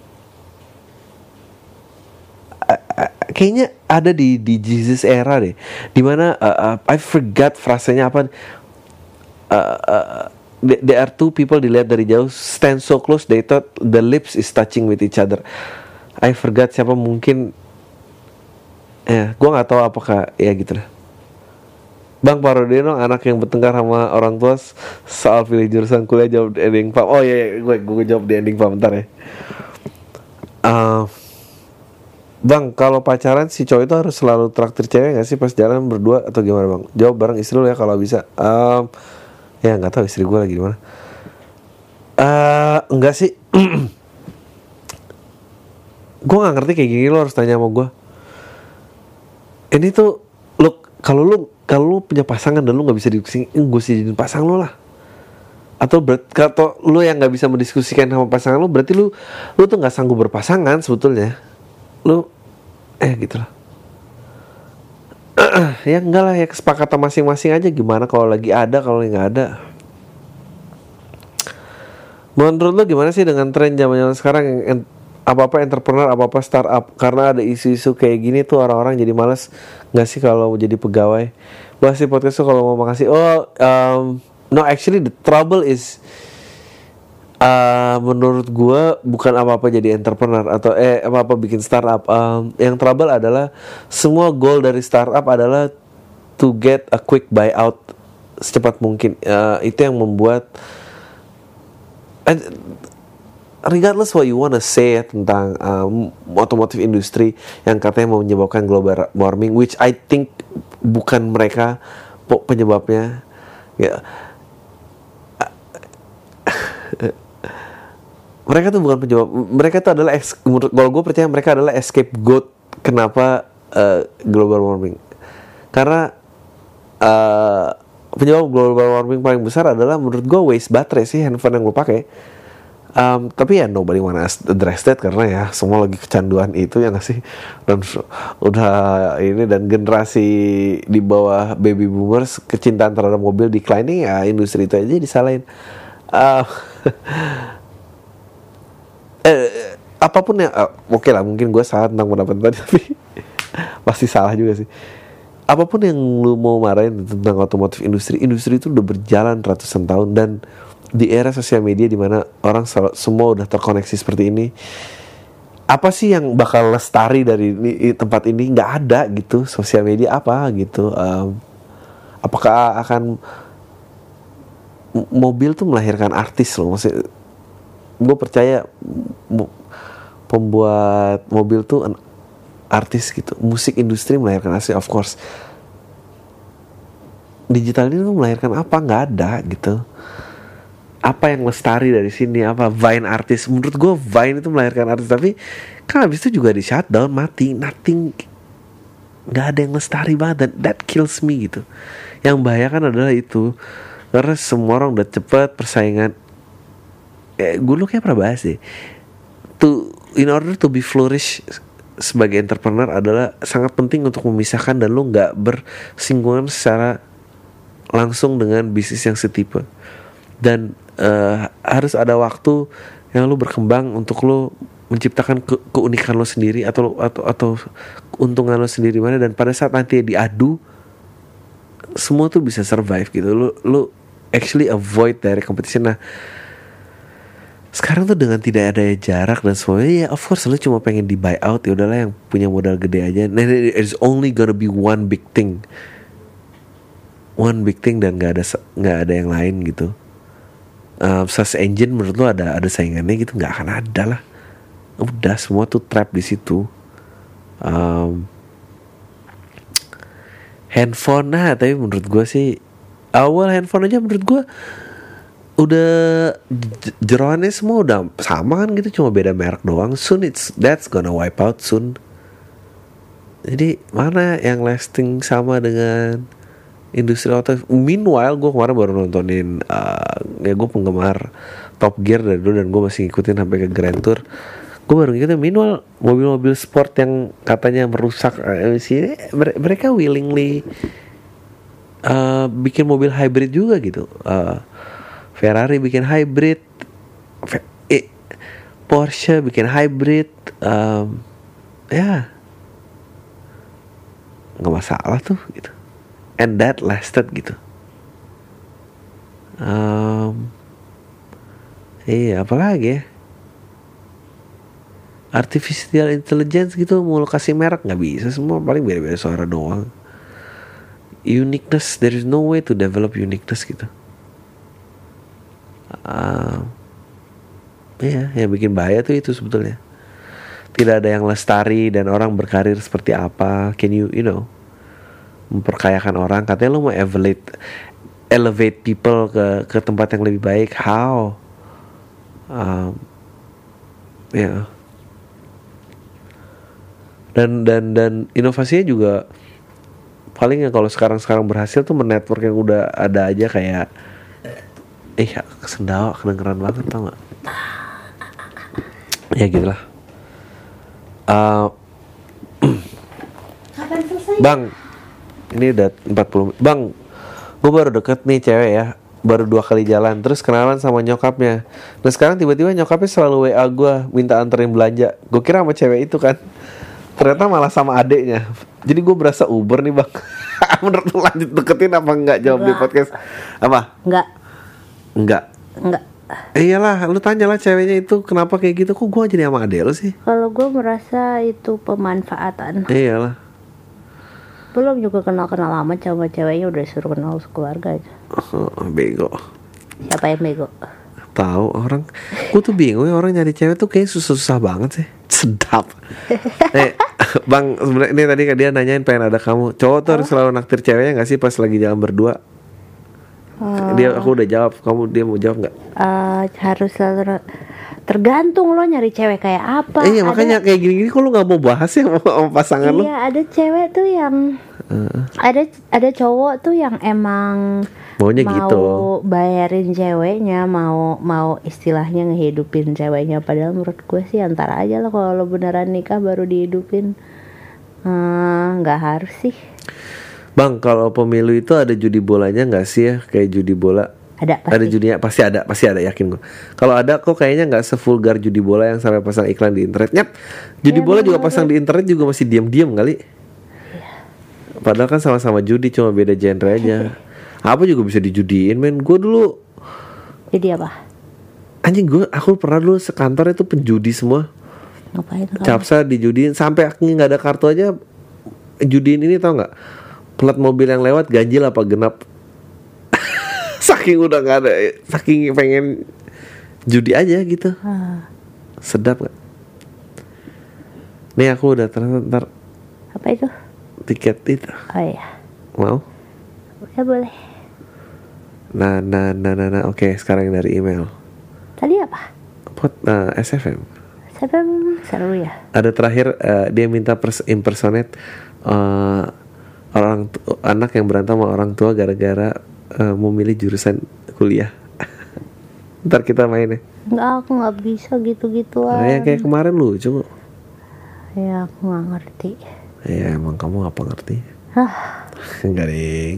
uh, uh, kayaknya ada di di Jesus era deh, dimana uh, uh, I forgot frasenya apa. Uh, uh, there are two people dilihat dari jauh, stand so close they thought the lips is touching with each other. I forgot siapa, mungkin ya gue nggak tahu apakah ya gitu lah. Bang parodiin dong anak yang bertengkar sama orang tua soal pilih jurusan kuliah, jawab di ending pub. Oh iya, yeah, gue gue jawab di ending pub bentar ya. Uh, bang kalau pacaran si cowok itu harus selalu traktir cewek nggak sih pas jalan berdua atau gimana bang? Jawab bareng istri lo ya kalau bisa. Um, Ya nggak tahu istri gue lagi di mana. Uh, enggak sih. Gue nggak ngerti kayak gini, lo harus tanya sama gue. Ini tuh lo kalau lo kalau lo punya pasangan dan lo nggak bisa diskusi, gue sih jadi pasang lo lah. Atau berat, kalau lo yang nggak bisa mendiskusikan sama pasangan lo, berarti lo lo tuh nggak sanggup berpasangan sebetulnya. Lo eh gitulah. Ya enggak lah, ya kesepakatan masing-masing aja, gimana kalau lagi ada, kalau nggak ada. Menurut lo gimana sih dengan tren zaman sekarang yang apa-apa entrepreneur, apa-apa startup, karena ada isu-isu kayak gini tuh orang-orang jadi malas nggak sih kalau jadi pegawai. Gua sih podcast tuh kalau mau makasih. Oh, um, no actually the trouble is uh, menurut gua bukan apa-apa jadi entrepreneur atau eh apa-apa bikin startup. Um, yang trouble adalah semua goal dari startup adalah to get a quick buyout secepat mungkin. Uh, itu yang membuat uh, regardless what you wanna say tentang um, otomotif industri yang katanya mau menyebabkan global warming, which I think bukan mereka penyebabnya, ya. Mereka tuh bukan penyebab. Mereka tuh adalah kalau gue percaya mereka adalah scapegoat kenapa uh, global warming. Karena uh, penyebab global warming paling besar adalah menurut gue waste baterai sih handphone yang gue pakai. Um, tapi ya nobody wanna address that karena ya semua lagi kecanduan itu ya nggak sih, dan udah ini, dan generasi di bawah baby boomers kecintaan terhadap mobil declining, ya industri itu aja disalahin. Uh, eh, apapun yang uh, oke okay lah, mungkin gue salah tentang pendapat tadi tapi pasti salah juga sih. Apapun yang lu mau marahin tentang otomotif industri, industri itu udah berjalan ratusan tahun, dan di era sosial media di mana orang sel- semua udah terkoneksi seperti ini, apa sih yang bakal lestari dari ini, tempat ini? Nggak ada gitu. Sosial media apa gitu? Um, apakah akan m- mobil tuh melahirkan artis loh? Maksudnya, gue percaya m- pembuat mobil tuh an- artis gitu. Musik industri melahirkan artis, of course. Digital ini tuh melahirkan apa? Nggak ada gitu. Apa yang lestari dari sini? Apa Vine artis? Menurut gue Vine itu melahirkan artis, tapi kan habis itu juga di shutdown, mati, nothing, nggak ada yang lestari banget, dan that kills me gitu. Yang membahayakan adalah itu, karena semua orang udah cepet persaingan. Eh, gue lu kayak pernah bahas deh. To in order to be flourish sebagai entrepreneur adalah sangat penting untuk memisahkan dan lu nggak bersinggungan secara langsung dengan bisnis yang setipe. Dan uh, harus ada waktu yang lu berkembang untuk lu menciptakan ke- keunikan lu sendiri atau atau atau keuntungan lu sendiri mana, dan pada saat nanti diadu semua tuh bisa survive gitu. Lu lu actually avoid dari competition. Nah, sekarang tuh dengan tidak ada jarak dan semuanya, ya of course lu cuma pengen di buy out, ya udahlah yang punya modal gede aja. Nah, it's only gonna be one big thing. One big thing dan nggak ada nggak ada yang lain gitu. Uh, search engine menurut lo ada ada saingannya gitu? Nggak akan ada lah. Udah semua tuh trap di situ. Um, handphone, nah tapi menurut gue sih awal handphone aja menurut gue udah j- jeroannya semua udah sama kan gitu, cuma beda merek doang. Soon it's that's gonna wipe out soon. Jadi mana yang lasting sama dengan industri otomotif? Meanwhile gue kemarin baru nontonin uh, ya gue penggemar Top Gear dari dulu dan gue masih ngikutin sampai ke Grand Tour. Gue baru ngikutin. Meanwhile mobil-mobil sport yang katanya merusak emisi, mereka willingly uh, bikin mobil hybrid juga gitu. uh, Ferrari bikin hybrid, eh, Porsche bikin hybrid, um, ya nggak masalah tuh gitu. And that lasted gitu. Um, iya, apalagi ya? Artificial intelligence gitu mau lo kasih merek nggak bisa, semua paling beda-beda suara doang. Uniqueness, there is no way to develop uniqueness gitu. Uh, iya, yang bikin bahaya tuh itu sebetulnya. Tidak ada yang lestari dan orang berkarir seperti apa. Can you, you know, memperkayakan orang, katanya lo mau elevate elevate people ke ke tempat yang lebih baik. How? Um, ya. Yeah. Dan dan dan inovasinya juga paling ya kalau sekarang-sekarang berhasil tuh menetwork yang udah ada aja, kayak eh sendawa kedengeran banget tau gak? Ya gitulah. Uh, Kapan selesai? Bang, ini udah empat puluh. Bang, gue baru deket nih cewek ya. baru dua kali jalan, terus kenalan sama nyokapnya. Nah sekarang tiba-tiba nyokapnya selalu W A gue minta anterin belanja. Gue kira sama cewek itu kan, ternyata malah sama adeknya. Jadi gue berasa Uber nih bang. Menurut lu lanjut deketin apa enggak? Jawab Enggak. di podcast. Apa? Enggak, Enggak. enggak. Eh, iyalah, lu tanyalah ceweknya itu kenapa kayak gitu. Kok gue jadi sama adek lu sih? Kalau gue merasa itu pemanfaatan. Eh, iyalah. Belum juga kenal-kenal lama sama ceweknya udah suruh kenal sekeluarga aja. Oh, bego. Siapa yang bego? Tahu orang, gue tuh bingung ya orang nyari cewek tuh kayak susah-susah banget sih. Sedap. Eh, bang, sebenarnya ini tadi dia nanyain pengen ada kamu. Cowok tuh harus selalu naktir ceweknya nggak sih pas lagi jalan berdua? Oh. Dia, aku udah jawab. Kamu dia mau jawab nggak? Eh, harus selalu tergantung lo nyari cewek kayak apa. Eh, iya Ada- makanya kayak gini-gini kok lu nggak mau bahas ya sama, sama pasangan lu? Iya, ada cewek tuh yang Uh, ada ada cowok tuh yang emang Maunya mau gitu. bayarin ceweknya, mau mau istilahnya ngehidupin ceweknya. Padahal menurut gue sih antara aja lah, kalau lo beneran nikah baru dihidupin. Hmm, nggak harus sih. Bang, kalau pemilu itu ada judi bolanya nggak sih ya? Kayak judi bola. Ada pasti. Ada judinya, pasti ada, pasti ada, yakin gue. Kalau ada kok kayaknya nggak sevulgar judi bola yang sampai pasang iklan di internet. Nyet, judi Iya, bola juga bener. pasang di internet juga masih diam-diam kali. Padahal kan sama-sama judi, cuma beda genre aja. Apa juga bisa dijudiin, men. Gue dulu, Jadi apa? anjing gue, aku pernah dulu sekantor itu penjudi semua. Ngapain kamu? Capsa dijudiin sampai akhirnya nggak ada kartu aja. Judiin ini tau nggak? Plat mobil yang lewat ganjil apa genap. Saking udah nggak ada, saking pengen judi aja gitu. Ah, Sedap gak? Nih aku udah ternyata ntar apa itu? tiket itu. Oh iya, Mau? ya boleh. Nah, nah, nah, nah, nah. Oke, sekarang dari email. Tadi apa? Pot, nah, S F M. Siapa yang seru ya? Ada terakhir eh, dia minta pers- impersonate eh, orang tu- anak yang berantem sama orang tua gara-gara eh, memilih jurusan kuliah. Ntar kita main ya. Enggak, aku nggak bisa Nah, gitu-gituan. yang kayak kemarin lucu kok. Ya aku nggak ngerti. Ya emang kamu apa ngerti? Hah, Enggak ding.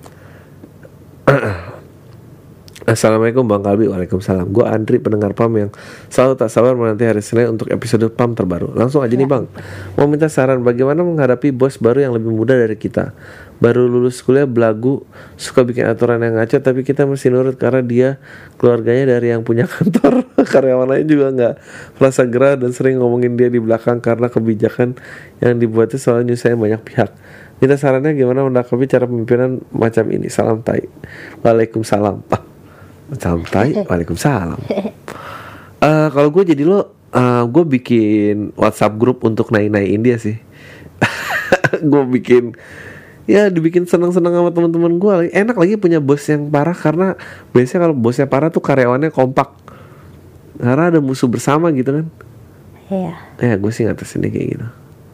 Assalamualaikum Bang Kalbi. Waalaikumsalam. Gue Andri, pendengar P A M yang selalu tak sabar menanti hari Senin untuk episode P A M terbaru. Langsung aja nih Bang, mau minta saran bagaimana menghadapi bos baru yang lebih muda dari kita. Baru lulus kuliah belagu, suka bikin aturan yang ngaco, tapi kita mesti nurut karena dia keluarganya dari yang punya kantor. Karyawan lain juga nggak merasa gerah dan sering ngomongin dia di belakang karena kebijakan yang dibuatnya selalu nyusahin banyak pihak. Minta sarannya gimana menanggapi cara pemimpinan macam ini. Salam tai. Waalaikumsalam. Ah, salam tai. Waalaikumsalam. Uh, kalau gue jadi lo, uh, gue bikin WhatsApp grup untuk naik-naikin dia sih. Gue bikin, ya dibikin senang-senang sama teman-teman gue. Enak lagi punya bos yang parah karena biasanya kalau bosnya parah tuh karyawannya kompak. Karena ada musuh bersama gitu kan. iya. Ya gue sih ngatasinnya kayak gitu.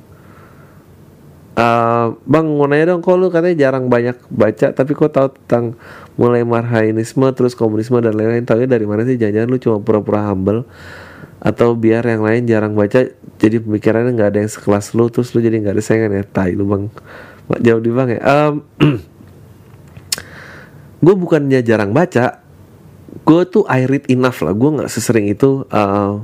Uh, bang mau nanya dong, kok lu katanya jarang banyak baca tapi kok tahu tentang mulai marhainisme terus komunisme dan lain-lain. Tahu dari mana sih? Jangan-jangan lu cuma pura-pura humble atau biar yang lain jarang baca jadi pemikirannya nggak ada yang sekelas lu, terus lu jadi nggak ada saingan ya? Tai lu bang. Jauh di bang ya. Um, gue bukannya jarang baca, gue tuh I read enough lah. Gue nggak sesering itu. Uh,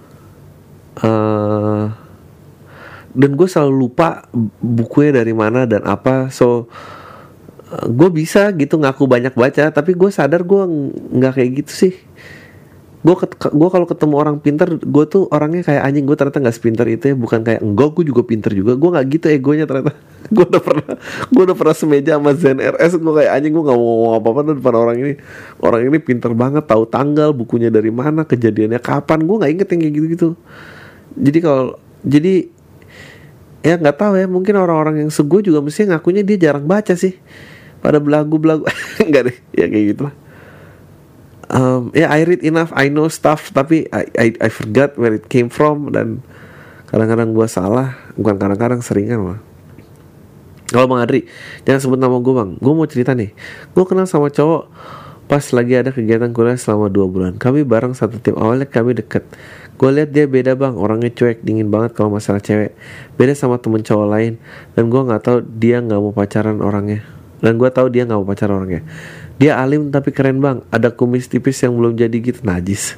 uh, dan gue selalu lupa bukunya dari mana dan apa. So gue bisa gitu ngaku banyak baca, tapi gue sadar gue nggak kayak gitu sih. Gue gue kalau ketemu orang pintar, gue tuh orangnya kayak anjing, gue ternyata nggak sepintar itu ya. Bukan kayak enggak, gue juga pintar juga. Gue nggak gitu egonya ternyata. Gue udah pernah gue udah pernah semeja sama Zen R S. Gue kayak anjing, gue nggak mau ngomong apa-apa di depan orang ini. Orang ini pintar banget, tahu tanggal, bukunya dari mana, kejadiannya kapan. Gue nggak inget yang kayak gitu-gitu. Jadi kalau jadi ya nggak tahu ya, mungkin orang-orang yang sego juga mesti ngakunya dia jarang baca sih, pada belagu-belagu. Enggak deh, ya kayak gitu lah. Um, ya yeah, I read enough, I know stuff, tapi I, I I forgot where it came from, dan kadang-kadang gue salah, bukan kadang-kadang, seringan lah. Kalau Bang Adri, jangan sebut nama gue bang. Gue mau cerita nih, gue kenal sama cowok pas lagi ada kegiatan kuliah selama dua bulan. Kami bareng satu tim, awalnya kami deket. Gue lihat dia beda bang, orangnya cuek, dingin banget kalau masalah cewek. Beda sama temen cowok lain. Dan gue nggak tahu dia nggak mau pacaran orangnya. Dan gue tahu dia nggak mau pacaran orangnya. Dia alim tapi keren bang, ada kumis tipis yang belum jadi gitu. Najis.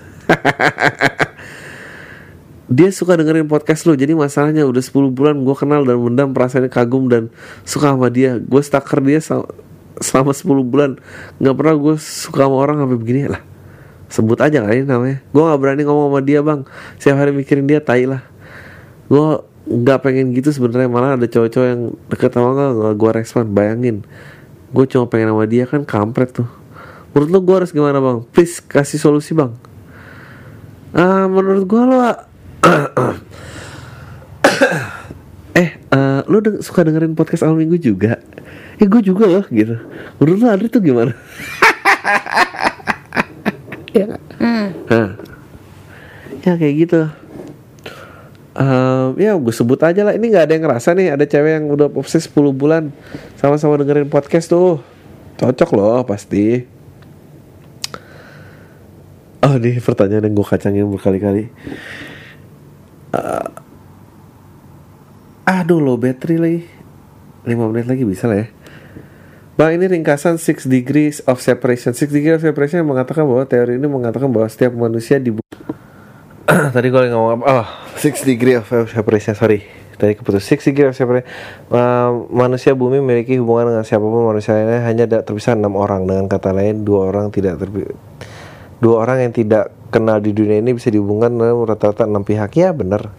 Dia suka dengerin podcast lo. Jadi masalahnya udah sepuluh bulan gue kenal dan mendam perasaannya kagum dan suka sama dia. Gue stalker dia selama sepuluh bulan. Gak pernah gue suka sama orang sampai begini lah. Sebut aja kali namanya. Gue gak berani ngomong sama dia bang. Setiap hari mikirin dia, tai lah. Gue gak pengen gitu sebenarnya. Malah ada cowok-cowok yang deket sama gue, gak gue respon. Bayangin, gue cuma pengen sama dia, kan kampret tuh. Menurut lo gue harus gimana bang? Please kasih solusi bang. Ah, menurut gue lo eh uh, lo deng- suka dengerin podcast awal minggu juga? Eh gue juga loh gitu. Menurut lo Adri tuh gimana? Ya gak? Hmm. Nah, ya kayak gitu. Um, ya gue sebut aja lah. Ini gak ada yang ngerasa nih ada cewek yang udah obses sepuluh bulan sama-sama dengerin podcast tuh. Cocok loh pasti. Oh nih pertanyaan yang gue kacangin berkali-kali. uh, Aduh low battery lagi. lima menit lagi bisa lah ya. Bang, ini ringkasan six degrees of separation. Six degrees of separation mengatakan bahwa teori ini mengatakan bahwa setiap manusia di tadi gue lagi ngomong apa? Oh, six degrees of separation, sorry. Tadi keputus. Six degrees of separation. Uh, manusia bumi memiliki hubungan dengan siapapun manusia lainnya, hanya terpisah enam orang. Dengan kata lain, dua orang tidak terpisah. Dua orang yang tidak kenal di dunia ini bisa dihubungkan dengan rata-rata enam pihak. Ya benar.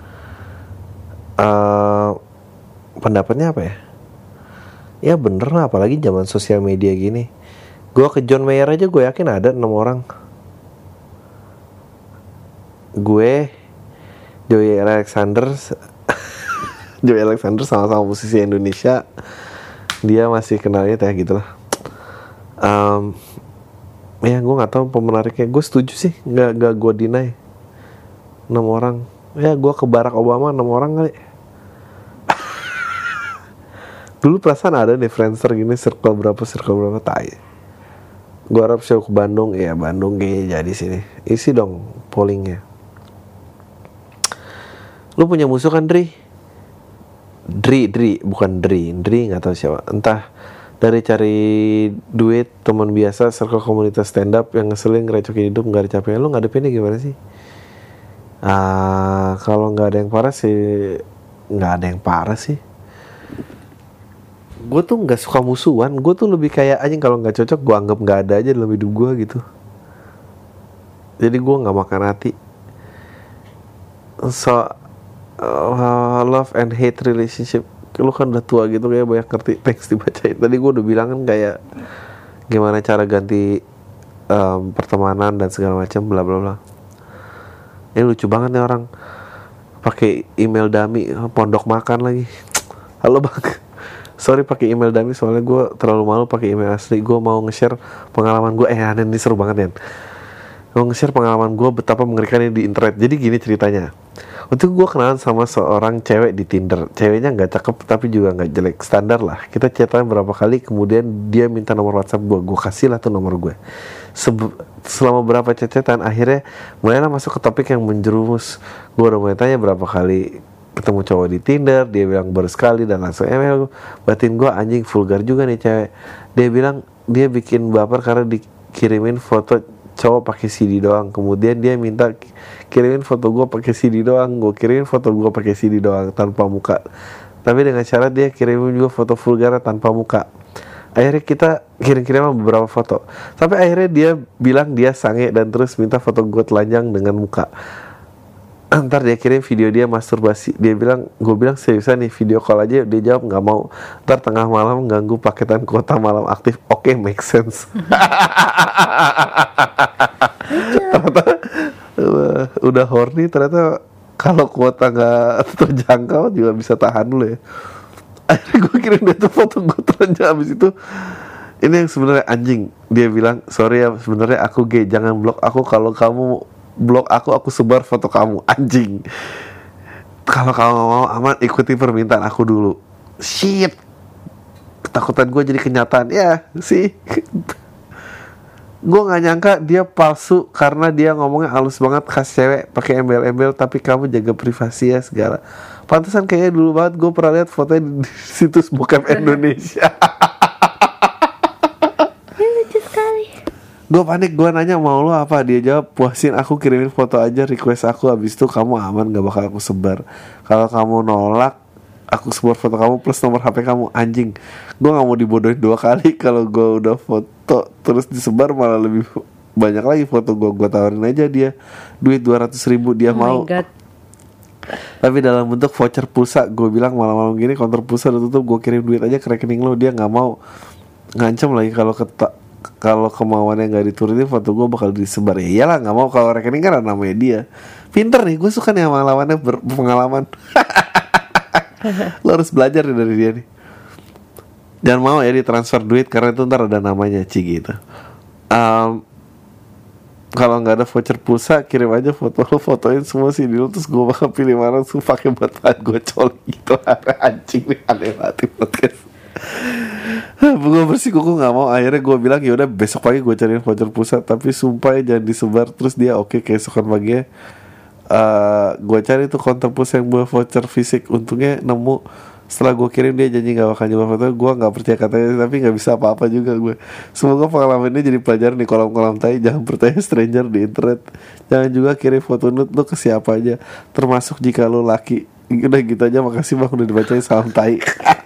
Uh, pendapatnya apa ya? Ya bener lah, apalagi zaman sosial media gini. Gue ke John Mayer aja gue yakin ada enam orang. Gue, Joey Alexander, Joey Alexander sama-sama musisi Indonesia. Dia masih kenalnya teh gitu lah. Um, ya gue nggak tahu pemenariknya. Gue setuju sih, nggak nggak gue deny. Enam orang. Ya gue ke Barack Obama enam orang kali. Dulu perasaan ada nih Friendster gini, circle berapa, circle berapa, tai. Gue harap show ke Bandung, ya Bandung kayaknya jadi sini. Isi dong pollingnya. Lu punya musuh kan Dri? Dri, Dri, bukan Dri, Dri nggak tahu siapa. Entah dari cari duit, teman biasa, circle komunitas stand up yang ngeselin, ngerecokin hidup, nggak ada capeknya. Lu ngadepinnya gimana sih? Ah, kalau nggak ada yang parah sih, nggak ada yang parah sih. Gue tuh nggak suka musuhan. Gue tuh lebih kayak anjing, kalau nggak cocok gue anggap nggak ada aja dalam hidup gue gitu. Jadi gue nggak makan hati. So uh, love and hate relationship. Lu kan udah tua gitu kayak banyak ngerti teks dibacain. Tadi gue udah bilang kan kayak gimana cara ganti um, pertemanan dan segala macam bla bla bla. Ini lucu banget nih orang pakai email dummy, pondok makan lagi. Halo bang. Sorry pakai email dummy soalnya gue terlalu malu pakai email asli. Gue mau nge-share pengalaman gue. Eh aneh ini seru banget ya. Mau nge-share pengalaman gue betapa mengerikannya di internet. Jadi gini ceritanya. Waktu gue kenalan sama seorang cewek di Tinder. Ceweknya gak cakep tapi juga gak jelek, standar lah. Kita chatan berapa kali, kemudian dia minta nomor WhatsApp gue. Gue kasih lah tuh nomor gue. Sebe- Selama berapa chatan, akhirnya mulailah masuk ke topik yang menjerumus. Gue udah mulai tanya berapa kali ketemu cowok di Tinder, dia bilang baru sekali dan langsung email. Batin gue anjing, vulgar juga nih cewek. Dia bilang dia bikin baper karena dikirimin foto cowok pakai C D doang. Kemudian dia minta kirimin foto gue pakai C D doang. Gue kirimin foto gue pakai C D doang tanpa muka. Tapi dengan syarat dia kirimin juga foto vulgar tanpa muka. Akhirnya kita kirim-kiriman beberapa foto. Sampai akhirnya dia bilang dia sange dan terus minta foto gue telanjang dengan muka. Ntar dia kirim video dia masturbasi. Dia bilang, gue bilang seriusan nih video call aja. Dia jawab nggak mau. Ntar tengah malam ganggu paketan kuota malam aktif. Oke, okay, make sense. Ternyata uh, udah horny. Ternyata kalau kuota nggak terjangkau juga bisa tahan dulu ya. Akhirnya gue kirim dia tuh foto gue telanjang. Abis itu ini yang sebenarnya anjing. Dia bilang sorry ya sebenarnya aku gay. Jangan blok aku kalau kamu blog aku, aku sebar foto kamu. Anjing. Kalau kamu mau aman, ikuti permintaan aku dulu. Shit. Ketakutan gue jadi kenyataan. Ya sih. Gue gak nyangka dia palsu karena dia ngomongnya halus banget, khas cewek, pakai embel-embel. Tapi kamu jaga privasi ya segala. Pantesan kayaknya dulu banget gue pernah lihat fotonya di situs bokep Indonesia. Ini lucu Gue panik, gue nanya mau lo apa, dia jawab puasin aku, kirimin foto aja request aku, habis itu kamu aman, gak bakal aku sebar. Kalau kamu nolak, aku sebar foto kamu plus nomor H P kamu. Anjing, gue gak mau dibodohin dua kali. Kalau gue udah foto terus disebar malah lebih banyak lagi foto gue. Gue tawarin aja dia duit dua ratus ribu, dia Oh mau. my god. Tapi dalam bentuk voucher pulsa. Gue bilang malam-malam gini konter pulsa udah tutup, gue kirim duit aja ke rekening lo. Dia gak mau, ngancem lagi kalau ketak kalau kemauannya nggak diturutin foto gue bakal disebar. Ya iyalah, nggak mau, kalau rekening kan namanya dia. Pinter nih, gue suka nih sama lawannya berpengalaman. Lo harus belajar nih dari dia nih. Jangan mau ya ditransfer duit karena itu ntar ada namanya Ci gitu. Um, kalau nggak ada voucher pulsa, kirim aja foto lo, fotoin semua sih dulu, terus gue bakal pilih mana tuh pakai buat gue coli gitu. Anjing nih, aneh banget podcast. Gue bersikuku nggak mau. Akhirnya gue bilang ya udah besok pagi gue cariin voucher pusat, tapi sumpah ya jangan disebar. Terus dia oke, okay, keesokan paginya uh, gue cari tuh konter pulsa yang buat voucher fisik. Untungnya nemu. Setelah gue kirim dia janji nggak bakal nyoba foto. Gue nggak percaya katanya, tapi nggak bisa apa-apa juga gue. Semoga pengalaman ini jadi pelajaran di kolam-kolam tai. Jangan percaya stranger di internet. Jangan juga kirim foto nude lo ke siapa aja, termasuk jika lo laki. Udah gitu aja, makasih bang udah dibacain, salam tai.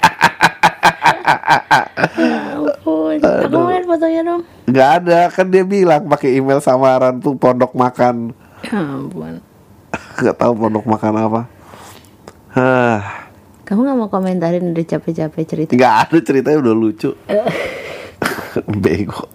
Ya ampun. Aku mau lihat fotonya dong. Gak ada, kan dia bilang pakai email samaran tuh pondok makan. Ya ampun. Gak tahu pondok makan apa. Hah. Kamu gak mau komentarin udah capek-capek cerita? Gak ada, ceritanya udah lucu. Bego.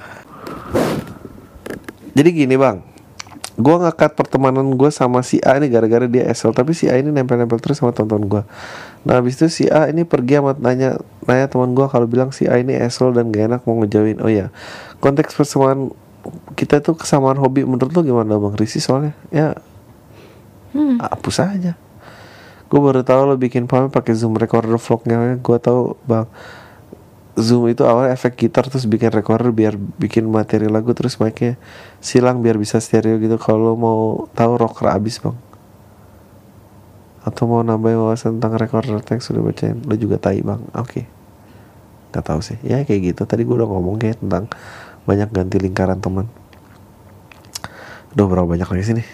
Jadi gini bang, gue nge-cut pertemanan gue sama si A ini gara-gara dia S L. Tapi si A ini nempel-nempel terus sama tonton gue. Nah habis itu si A ini pergi sama nanya Nanya teman gue kalau bilang si A ini S L dan gak enak mau ngejauhin. Oh ya, konteks persamaan kita itu kesamaan hobi. Menurut lo gimana bang? Risih soalnya. Ya hmm. hapus aja. Gue baru tahu lo bikin pamit pakai Zoom recorder vlognya. Gue tahu bang, Zoom itu awalnya efek gitar terus bikin recorder biar bikin materi lagu, terus mic-nya silang biar bisa stereo gitu. Kalau mau tahu rocker abis bang, atau mau nambahin wawasan tentang recorder teks sudah bacain. Lo juga tai bang. Oke okay. Gak tahu sih. Ya kayak gitu. Tadi gue udah ngomong kayak tentang banyak ganti lingkaran teman. Udah berapa banyak lagi sih nih?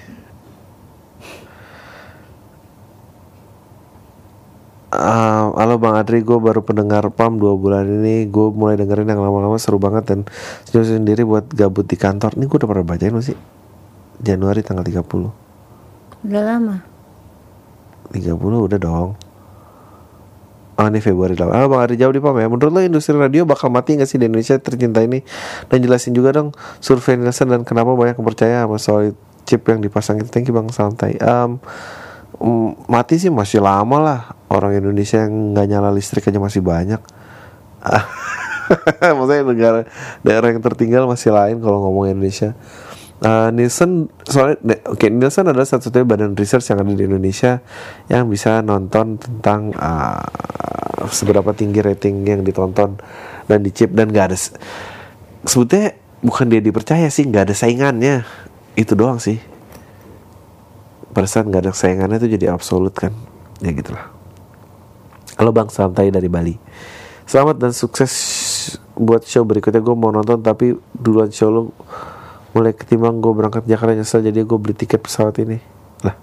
Uh, halo Bang Adri, gue baru pendengar P A M dua bulan ini. Gue mulai dengerin yang lama-lama seru banget dan senyum sendiri buat gabut di kantor. Ini gue udah pernah bacain masih Januari tanggal tiga puluh. Udah lama tiga puluh udah dong. Oh ini Februari lah. Halo Bang Adri, jauh di P A M ya. Menurut lo industri radio bakal mati gak sih di Indonesia tercinta ini? Dan jelasin juga dong survei Nielsen dan kenapa banyak yang percaya sama soal chip yang dipasang itu. Thank you Bang, santai. um, um, Mati sih masih lama lah. Orang Indonesia yang gak nyala listrik aja masih banyak. Maksudnya negara daerah yang tertinggal masih lain kalau ngomong Indonesia. uh, Nielsen soalnya oke okay, Nielsen adalah satu-satunya badan research yang ada di Indonesia yang bisa nonton tentang uh, seberapa tinggi rating yang ditonton dan dicip, dan gak ada sebetulnya bukan dia dipercaya sih, gak ada saingannya. Itu doang sih. Pada saat gak ada saingannya itu jadi absolut kan. Ya gitulah. Halo Bang, santai dari Bali. Selamat dan sukses buat show berikutnya. Gue mau nonton tapi duluan show lo mulai ketimbang gue berangkat Jakarta, nyesel jadi gue beli tiket pesawat ini. Lah.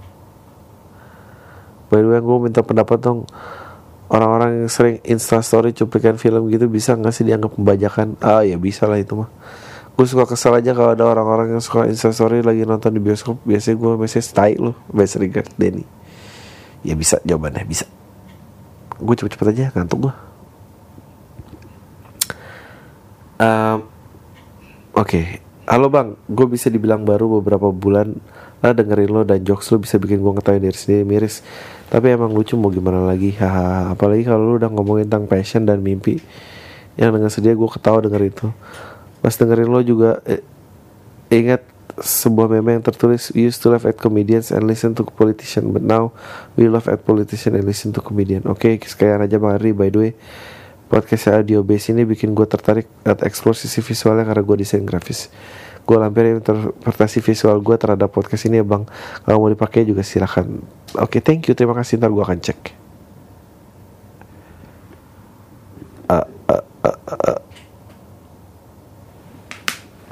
By the way, gue minta pendapat dong. Orang-orang yang sering instastory cuplikan film gitu bisa gak sih dianggap pembajakan? Ah ya bisa lah itu mah. Gue suka kesel aja kalau ada orang-orang yang suka instastory lagi nonton di bioskop. Biasanya gue message tai lo, best regard Denny. Ya bisa, jawabannya bisa. Gue cepet-cepet aja, ngantuk gue. um, Oke okay. Halo Bang, gue bisa dibilang baru beberapa bulan lah dengerin lo, dan jokes lo bisa bikin gue ngetawain diri sendiri miris. Tapi emang lucu, mau gimana lagi. Haha. Apalagi kalau lo udah ngomongin tentang passion dan mimpi, yang dengan sedia gue ketawa denger itu. Pas dengerin lo juga eh, ingat sebuah meme yang tertulis, we used to laugh at comedians and listen to politician, but now we laugh at politician and listen to comedian. Oke, okay, sekalian aja Bang Ari, by the way podcast audio base ini bikin gue tertarik at explore sisi visualnya karena gue desain grafis. Gue lampirin interpretasi visual gue terhadap podcast ini ya Bang. Kalau mau dipakai juga silakan. Oke okay, thank you, terima kasih, ntar gue akan cek. uh, uh, uh, uh.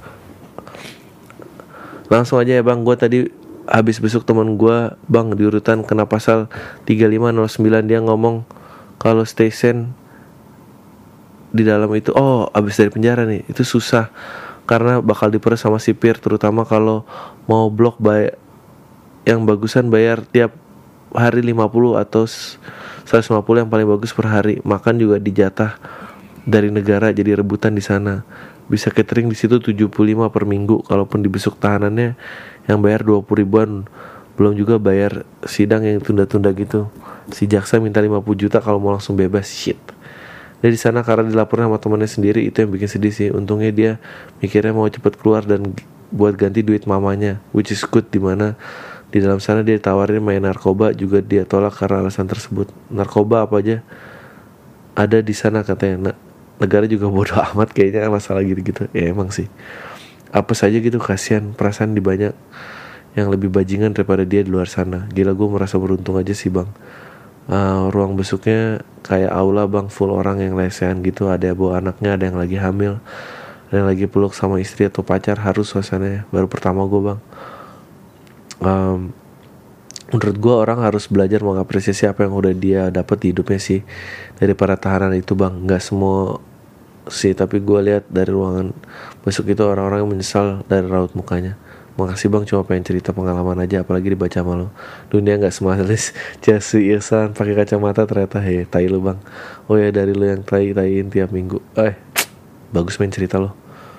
Langsung aja ya bang, gue tadi habis besok teman gue bang di urutan kena pasal tiga lima nol sembilan. Dia ngomong kalau station di dalam itu, oh abis dari penjara nih, itu susah karena bakal diperes sama sipir, terutama kalau mau blok bay- yang bagusan bayar tiap hari lima puluh atau seratus lima puluh yang paling bagus per hari. Makan juga dijatah dari negara, jadi rebutan di sana. Bisa catering di situ tujuh puluh lima per minggu. Kalaupun dibesuk tahanannya yang bayar dua puluh ribuan. Belum juga bayar sidang yang tunda-tunda gitu. Si jaksa minta lima puluh juta kalau mau langsung bebas. Shit. Dia di sana karena dilaporin sama temannya sendiri, itu yang bikin sedih sih. Untungnya dia mikirnya mau cepet keluar dan buat ganti duit mamanya, which is good. Dimana di dalam sana dia ditawarin main narkoba, juga dia tolak karena alasan tersebut. Narkoba apa aja ada di sana katanya. Nah, negara juga bodoh amat kayaknya masalah gitu-gitu. Ya emang sih. Apa saja gitu, kasihan, perasaan di banyak yang lebih bajingan daripada dia di luar sana. Gila, gue merasa beruntung aja sih bang. Uh, ruang besuknya kayak aula bang, full orang yang lesehan gitu. Ada yang bawa anaknya, ada yang lagi hamil, ada yang lagi peluk sama istri atau pacar. Harus suasananya. Baru pertama gue bang. Um, menurut gue orang harus belajar mengapresiasi apa yang udah dia dapat di hidupnya sih dari para tahanan itu bang. Nggak semua sih, tapi gue lihat dari ruangan besok itu orang-orang yang menyesal dari raut mukanya. Makasih bang, cuma pengen cerita pengalaman aja, apalagi dibaca sama lo. Dunia nggak semalis Jasi Ihsan pakai kacamata ternyata. Hei, tai lo bang. Oh ya, dari lo yang tai-taiin tiap minggu. Eh, bagus main cerita lo.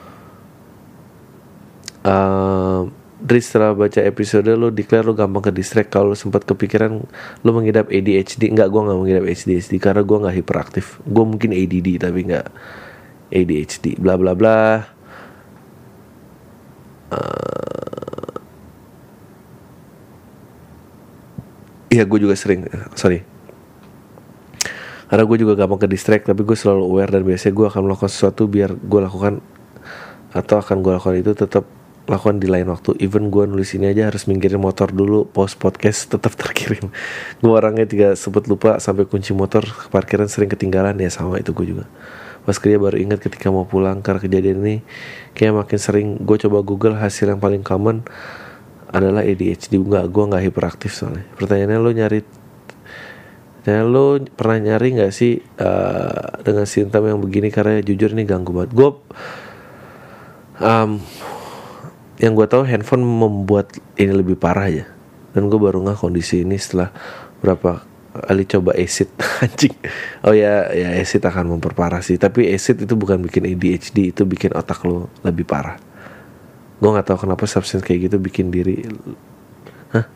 Uh, Dri, setelah baca episode lo declare lo gampang ke distract. Kalau sempat kepikiran lo mengidap A D H D. Enggak, gue gak mengidap A D H D karena gue gak hiperaktif. Gue mungkin A D D tapi gak A D H D. Bla bla bla. uh, Iya gue juga sering, sorry karena gue juga gampang ke distract. Tapi gue selalu aware dan biasanya gue akan melakukan sesuatu biar gue lakukan atau akan gue lakukan itu tetap lakukan di lain waktu. Even gue nulis ini aja harus minggirin motor dulu, post podcast tetap terkirim. Gue orangnya juga sempet lupa sampai kunci motor ke parkiran sering ketinggalan. Ya sama itu gue juga. Pas kerja baru ingat ketika mau pulang. Karena kejadian ini kayak makin sering. Gue coba google, hasil yang paling common adalah A D H D. Enggak, gue gak hiperaktif soalnya. Pertanyaannya, lo nyari Nah, lo pernah nyari gak sih uh, dengan simptom yang begini? Karena jujur ini ganggu banget. Gue um, yang gue tahu handphone membuat ini lebih parah aja. Dan gue baru nggak kondisi ini setelah berapa kali coba acid. Anjing. Oh ya, ya acid akan memperparah sih. Tapi acid itu bukan bikin A D H D, itu bikin otak lo lebih parah. Gue nggak tahu kenapa substance kayak gitu bikin diri. Hah?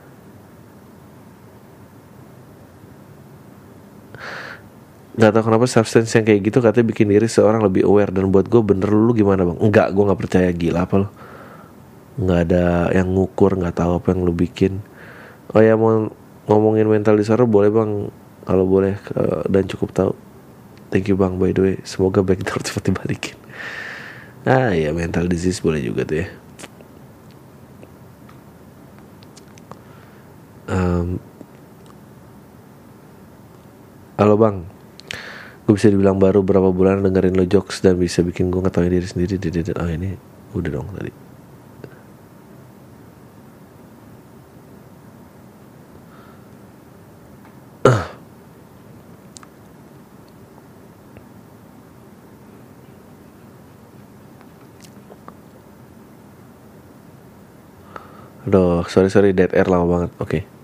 Nggak tahu kenapa substance yang kayak gitu katanya bikin diri seorang lebih aware. Dan buat gue bener, lu gimana bang? Enggak, gue nggak percaya. Gila apa lo? Nggak ada yang ngukur, nggak tahu apa yang lu bikin. Oh ya, mau ngomongin mental disorder boleh bang, kalau boleh, uh, dan cukup tahu. Thank you bang, by the way. Semoga backdoor cepat dibalikin. Ah ya, mental disease boleh juga tuh ya. um, Halo bang, gue bisa dibilang baru berapa bulan dengerin lo jokes dan bisa bikin gue ngetawain diri sendiri. Oh ini udah dong tadi. Aduh, sorry sorry dead air lama banget. Oke. Okay.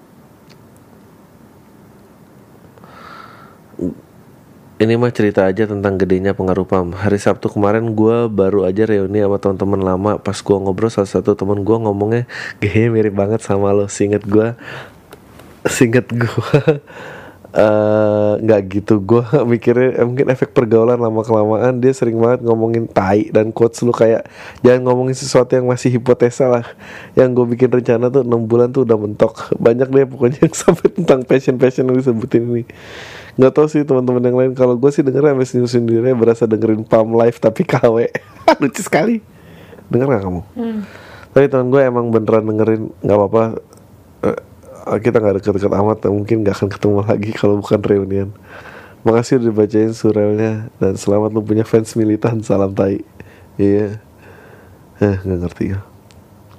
Ini mah cerita aja tentang gedenya pengaruh P A M. Hari Sabtu kemarin gue baru aja reuni sama teman-teman lama. Pas gue ngobrol, salah satu teman gue ngomongnya gayanya mirip banget sama lo. Singet gue, singet gue Uh, gak gitu, gue mikirnya eh, mungkin efek pergaulan lama kelamaan dia sering banget ngomongin tai dan quotes lu kayak jangan ngomongin sesuatu yang masih hipotesa lah. Yang gue bikin rencana tuh enam bulan tuh udah mentok. Banyak deh pokoknya yang sampai tentang passion-passion yang disebutin ini. Gak tau sih teman-teman yang lain. Kalau gue sih dengernya sampai senyum sendiri, berasa dengerin P A M live tapi K W. Lucu sekali. Denger gak kamu? Hmm. Tapi teman gue emang beneran dengerin. Gak apa-apa, uh, kita gak deket-deket amat, mungkin gak akan ketemu lagi kalau bukan reunian. Makasih udah dibacain surelnya. Dan selamat lu punya fans militan. Salam tai. Iya. Eh gak ngerti ya.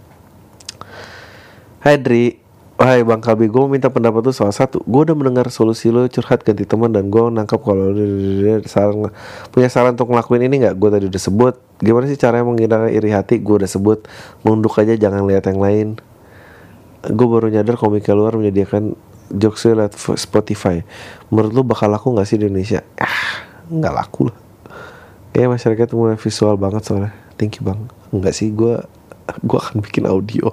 Hai Dri, hai Bang Kalbi, gue minta pendapat lu soal satu. Gue udah mendengar solusi lu curhat ganti teman dan gue nangkap kalau lu saran, punya saran untuk ngelakuin ini nggak? Gue tadi udah sebut. Gimana sih caranya menghilangkan iri hati? Gue udah sebut. Nunduk aja, jangan lihat yang lain. Gue baru nyadar komika luar menyediakan jokes lewat Spotify. Menurut lu bakal laku nggak sih di Indonesia? Ah, nggak laku lah. Kayaknya masyarakat mulai visual banget soalnya. Thank you Bang. Enggak sih, gue gue akan bikin audio.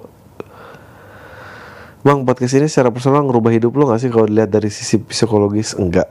Bang, podcast ini secara personal ngerubah hidup lo gak sih kalau dilihat dari sisi psikologis? Enggak.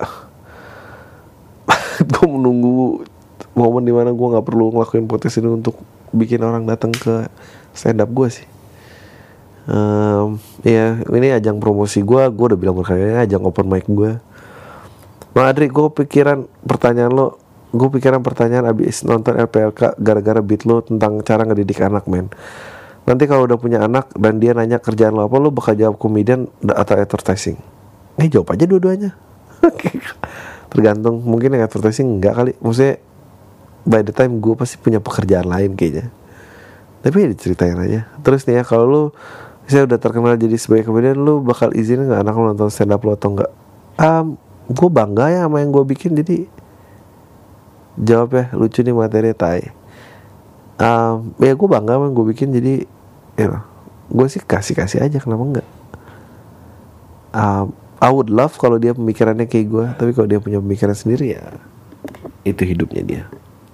Gue menunggu momen dimana gue gak perlu ngelakuin podcast ini untuk bikin orang datang ke stand up gue sih. um, Ya, ini ajang promosi gue. Gue udah bilang berkali-kali ajang open mic gue. Bang Adri, gue pikiran pertanyaan lo Gue pikiran pertanyaan abis nonton L P L K gara-gara beat lo tentang cara ngedidik anak, men. Nanti kalau udah punya anak dan dia nanya kerjaan lo apa, lo bakal jawab komedian atau advertising? Eh, jawab aja dua-duanya. Tergantung, mungkin yang advertising enggak kali. Maksudnya by the time gue pasti punya pekerjaan lain kayaknya. Tapi ya diceritain aja. Terus nih ya, kalau lo saya udah terkenal jadi sebagai komedian, lo bakal izinin gak anak lo nonton stand up lo atau enggak? Um, gue bangga ya sama yang gue bikin, jadi jawab ya, lucu nih materi tai. Um, ya gue bangga sama yang gue bikin, jadi ya gue sih kasih-kasih aja, kenapa enggak. um, I would love kalau dia pemikirannya kayak gue, tapi kalau dia punya pemikiran sendiri ya itu hidupnya dia.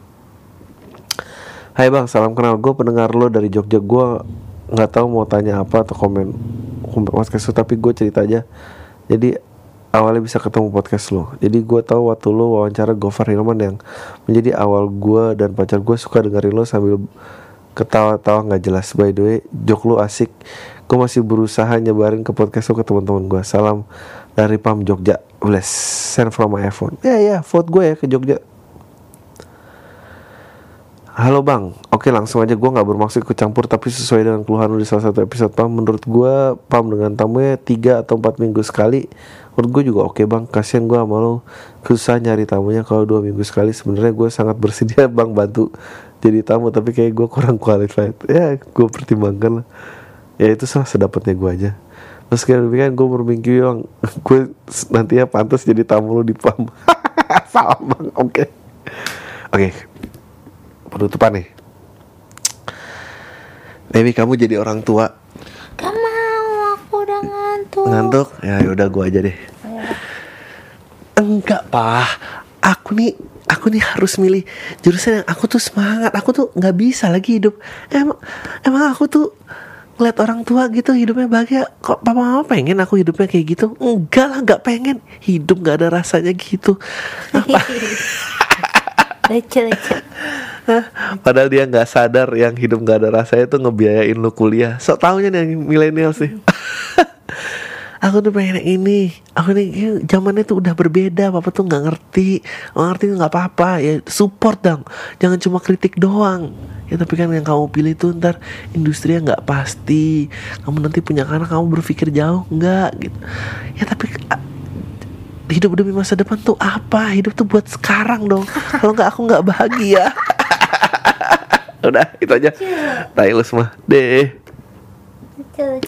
Hai Bang, salam kenal, gue pendengar lo dari Jogja. Gue gak tahu mau tanya apa atau komen podcast lo, tapi gue cerita aja. Jadi awalnya bisa ketemu podcast lo. Jadi gue tahu waktu lo wawancara Gofar Hilman yang menjadi awal gue dan pacar gue suka dengerin lo sambil ketawa-tawa nggak jelas. By the way, jok lo asik. Gue masih berusaha nyebarin ke podcast lo ke teman-teman gue. Salam dari Pam Jogja. Bless. Send from my iPhone. Ya ya, vote gue ya ke Jogja. Halo Bang, oke langsung aja, gue gak bermaksud ikut campur, tapi sesuai dengan keluhan lu di salah satu episode Pam, menurut gue Pam dengan tamunya tiga atau empat minggu sekali, menurut gue juga oke Bang. Kasian gue sama lo susah nyari tamunya kalau dua minggu sekali. Sebenarnya gue sangat bersedia Bang bantu jadi tamu, tapi kayak gue kurang qualified. Ya gue pertimbangkan lah. Ya itu salah sedapatnya gue aja. Terus kayak demikian gue berminggu Bang, gue nantinya pantas jadi tamu lo di Pam. Salah Bang, oke Oke penutupan nih. Baby, kamu jadi orang tua. Gak mau, aku udah ngantuk. Ngantuk? Ya udah gue aja deh. Ya. Enggak Pak, aku nih aku nih harus milih jurusan yang aku tuh semangat. Aku tuh nggak bisa lagi hidup. Emang emang aku tuh ngeliat orang tua gitu hidupnya bahagia. Kok papa mama pengen aku hidupnya kayak gitu? Enggak lah, nggak pengen. Hidup nggak ada rasanya gitu. Apa? Leceh-leceh. Padahal dia nggak sadar yang hidup nggak ada rasanya tuh ngebiayain lu kuliah. Sok taunya nih yang milenial sih. Aku tuh pengen yang ini. Aku nih zamannya tuh udah berbeda. Papa tuh nggak ngerti. Nggak ngerti nggak apa-apa. Ya support dong. Jangan cuma kritik doang. Ya tapi kan yang kamu pilih tuh ntar industrinya nggak pasti. Kamu nanti punya anak, kamu berpikir jauh nggak gitu. Ya tapi hidup demi masa depan tuh apa? Hidup tuh buat sekarang dong. Kalau nggak aku nggak bahagia. Udah itu aja. Tai lu semua. Deh. Lucu-lucu.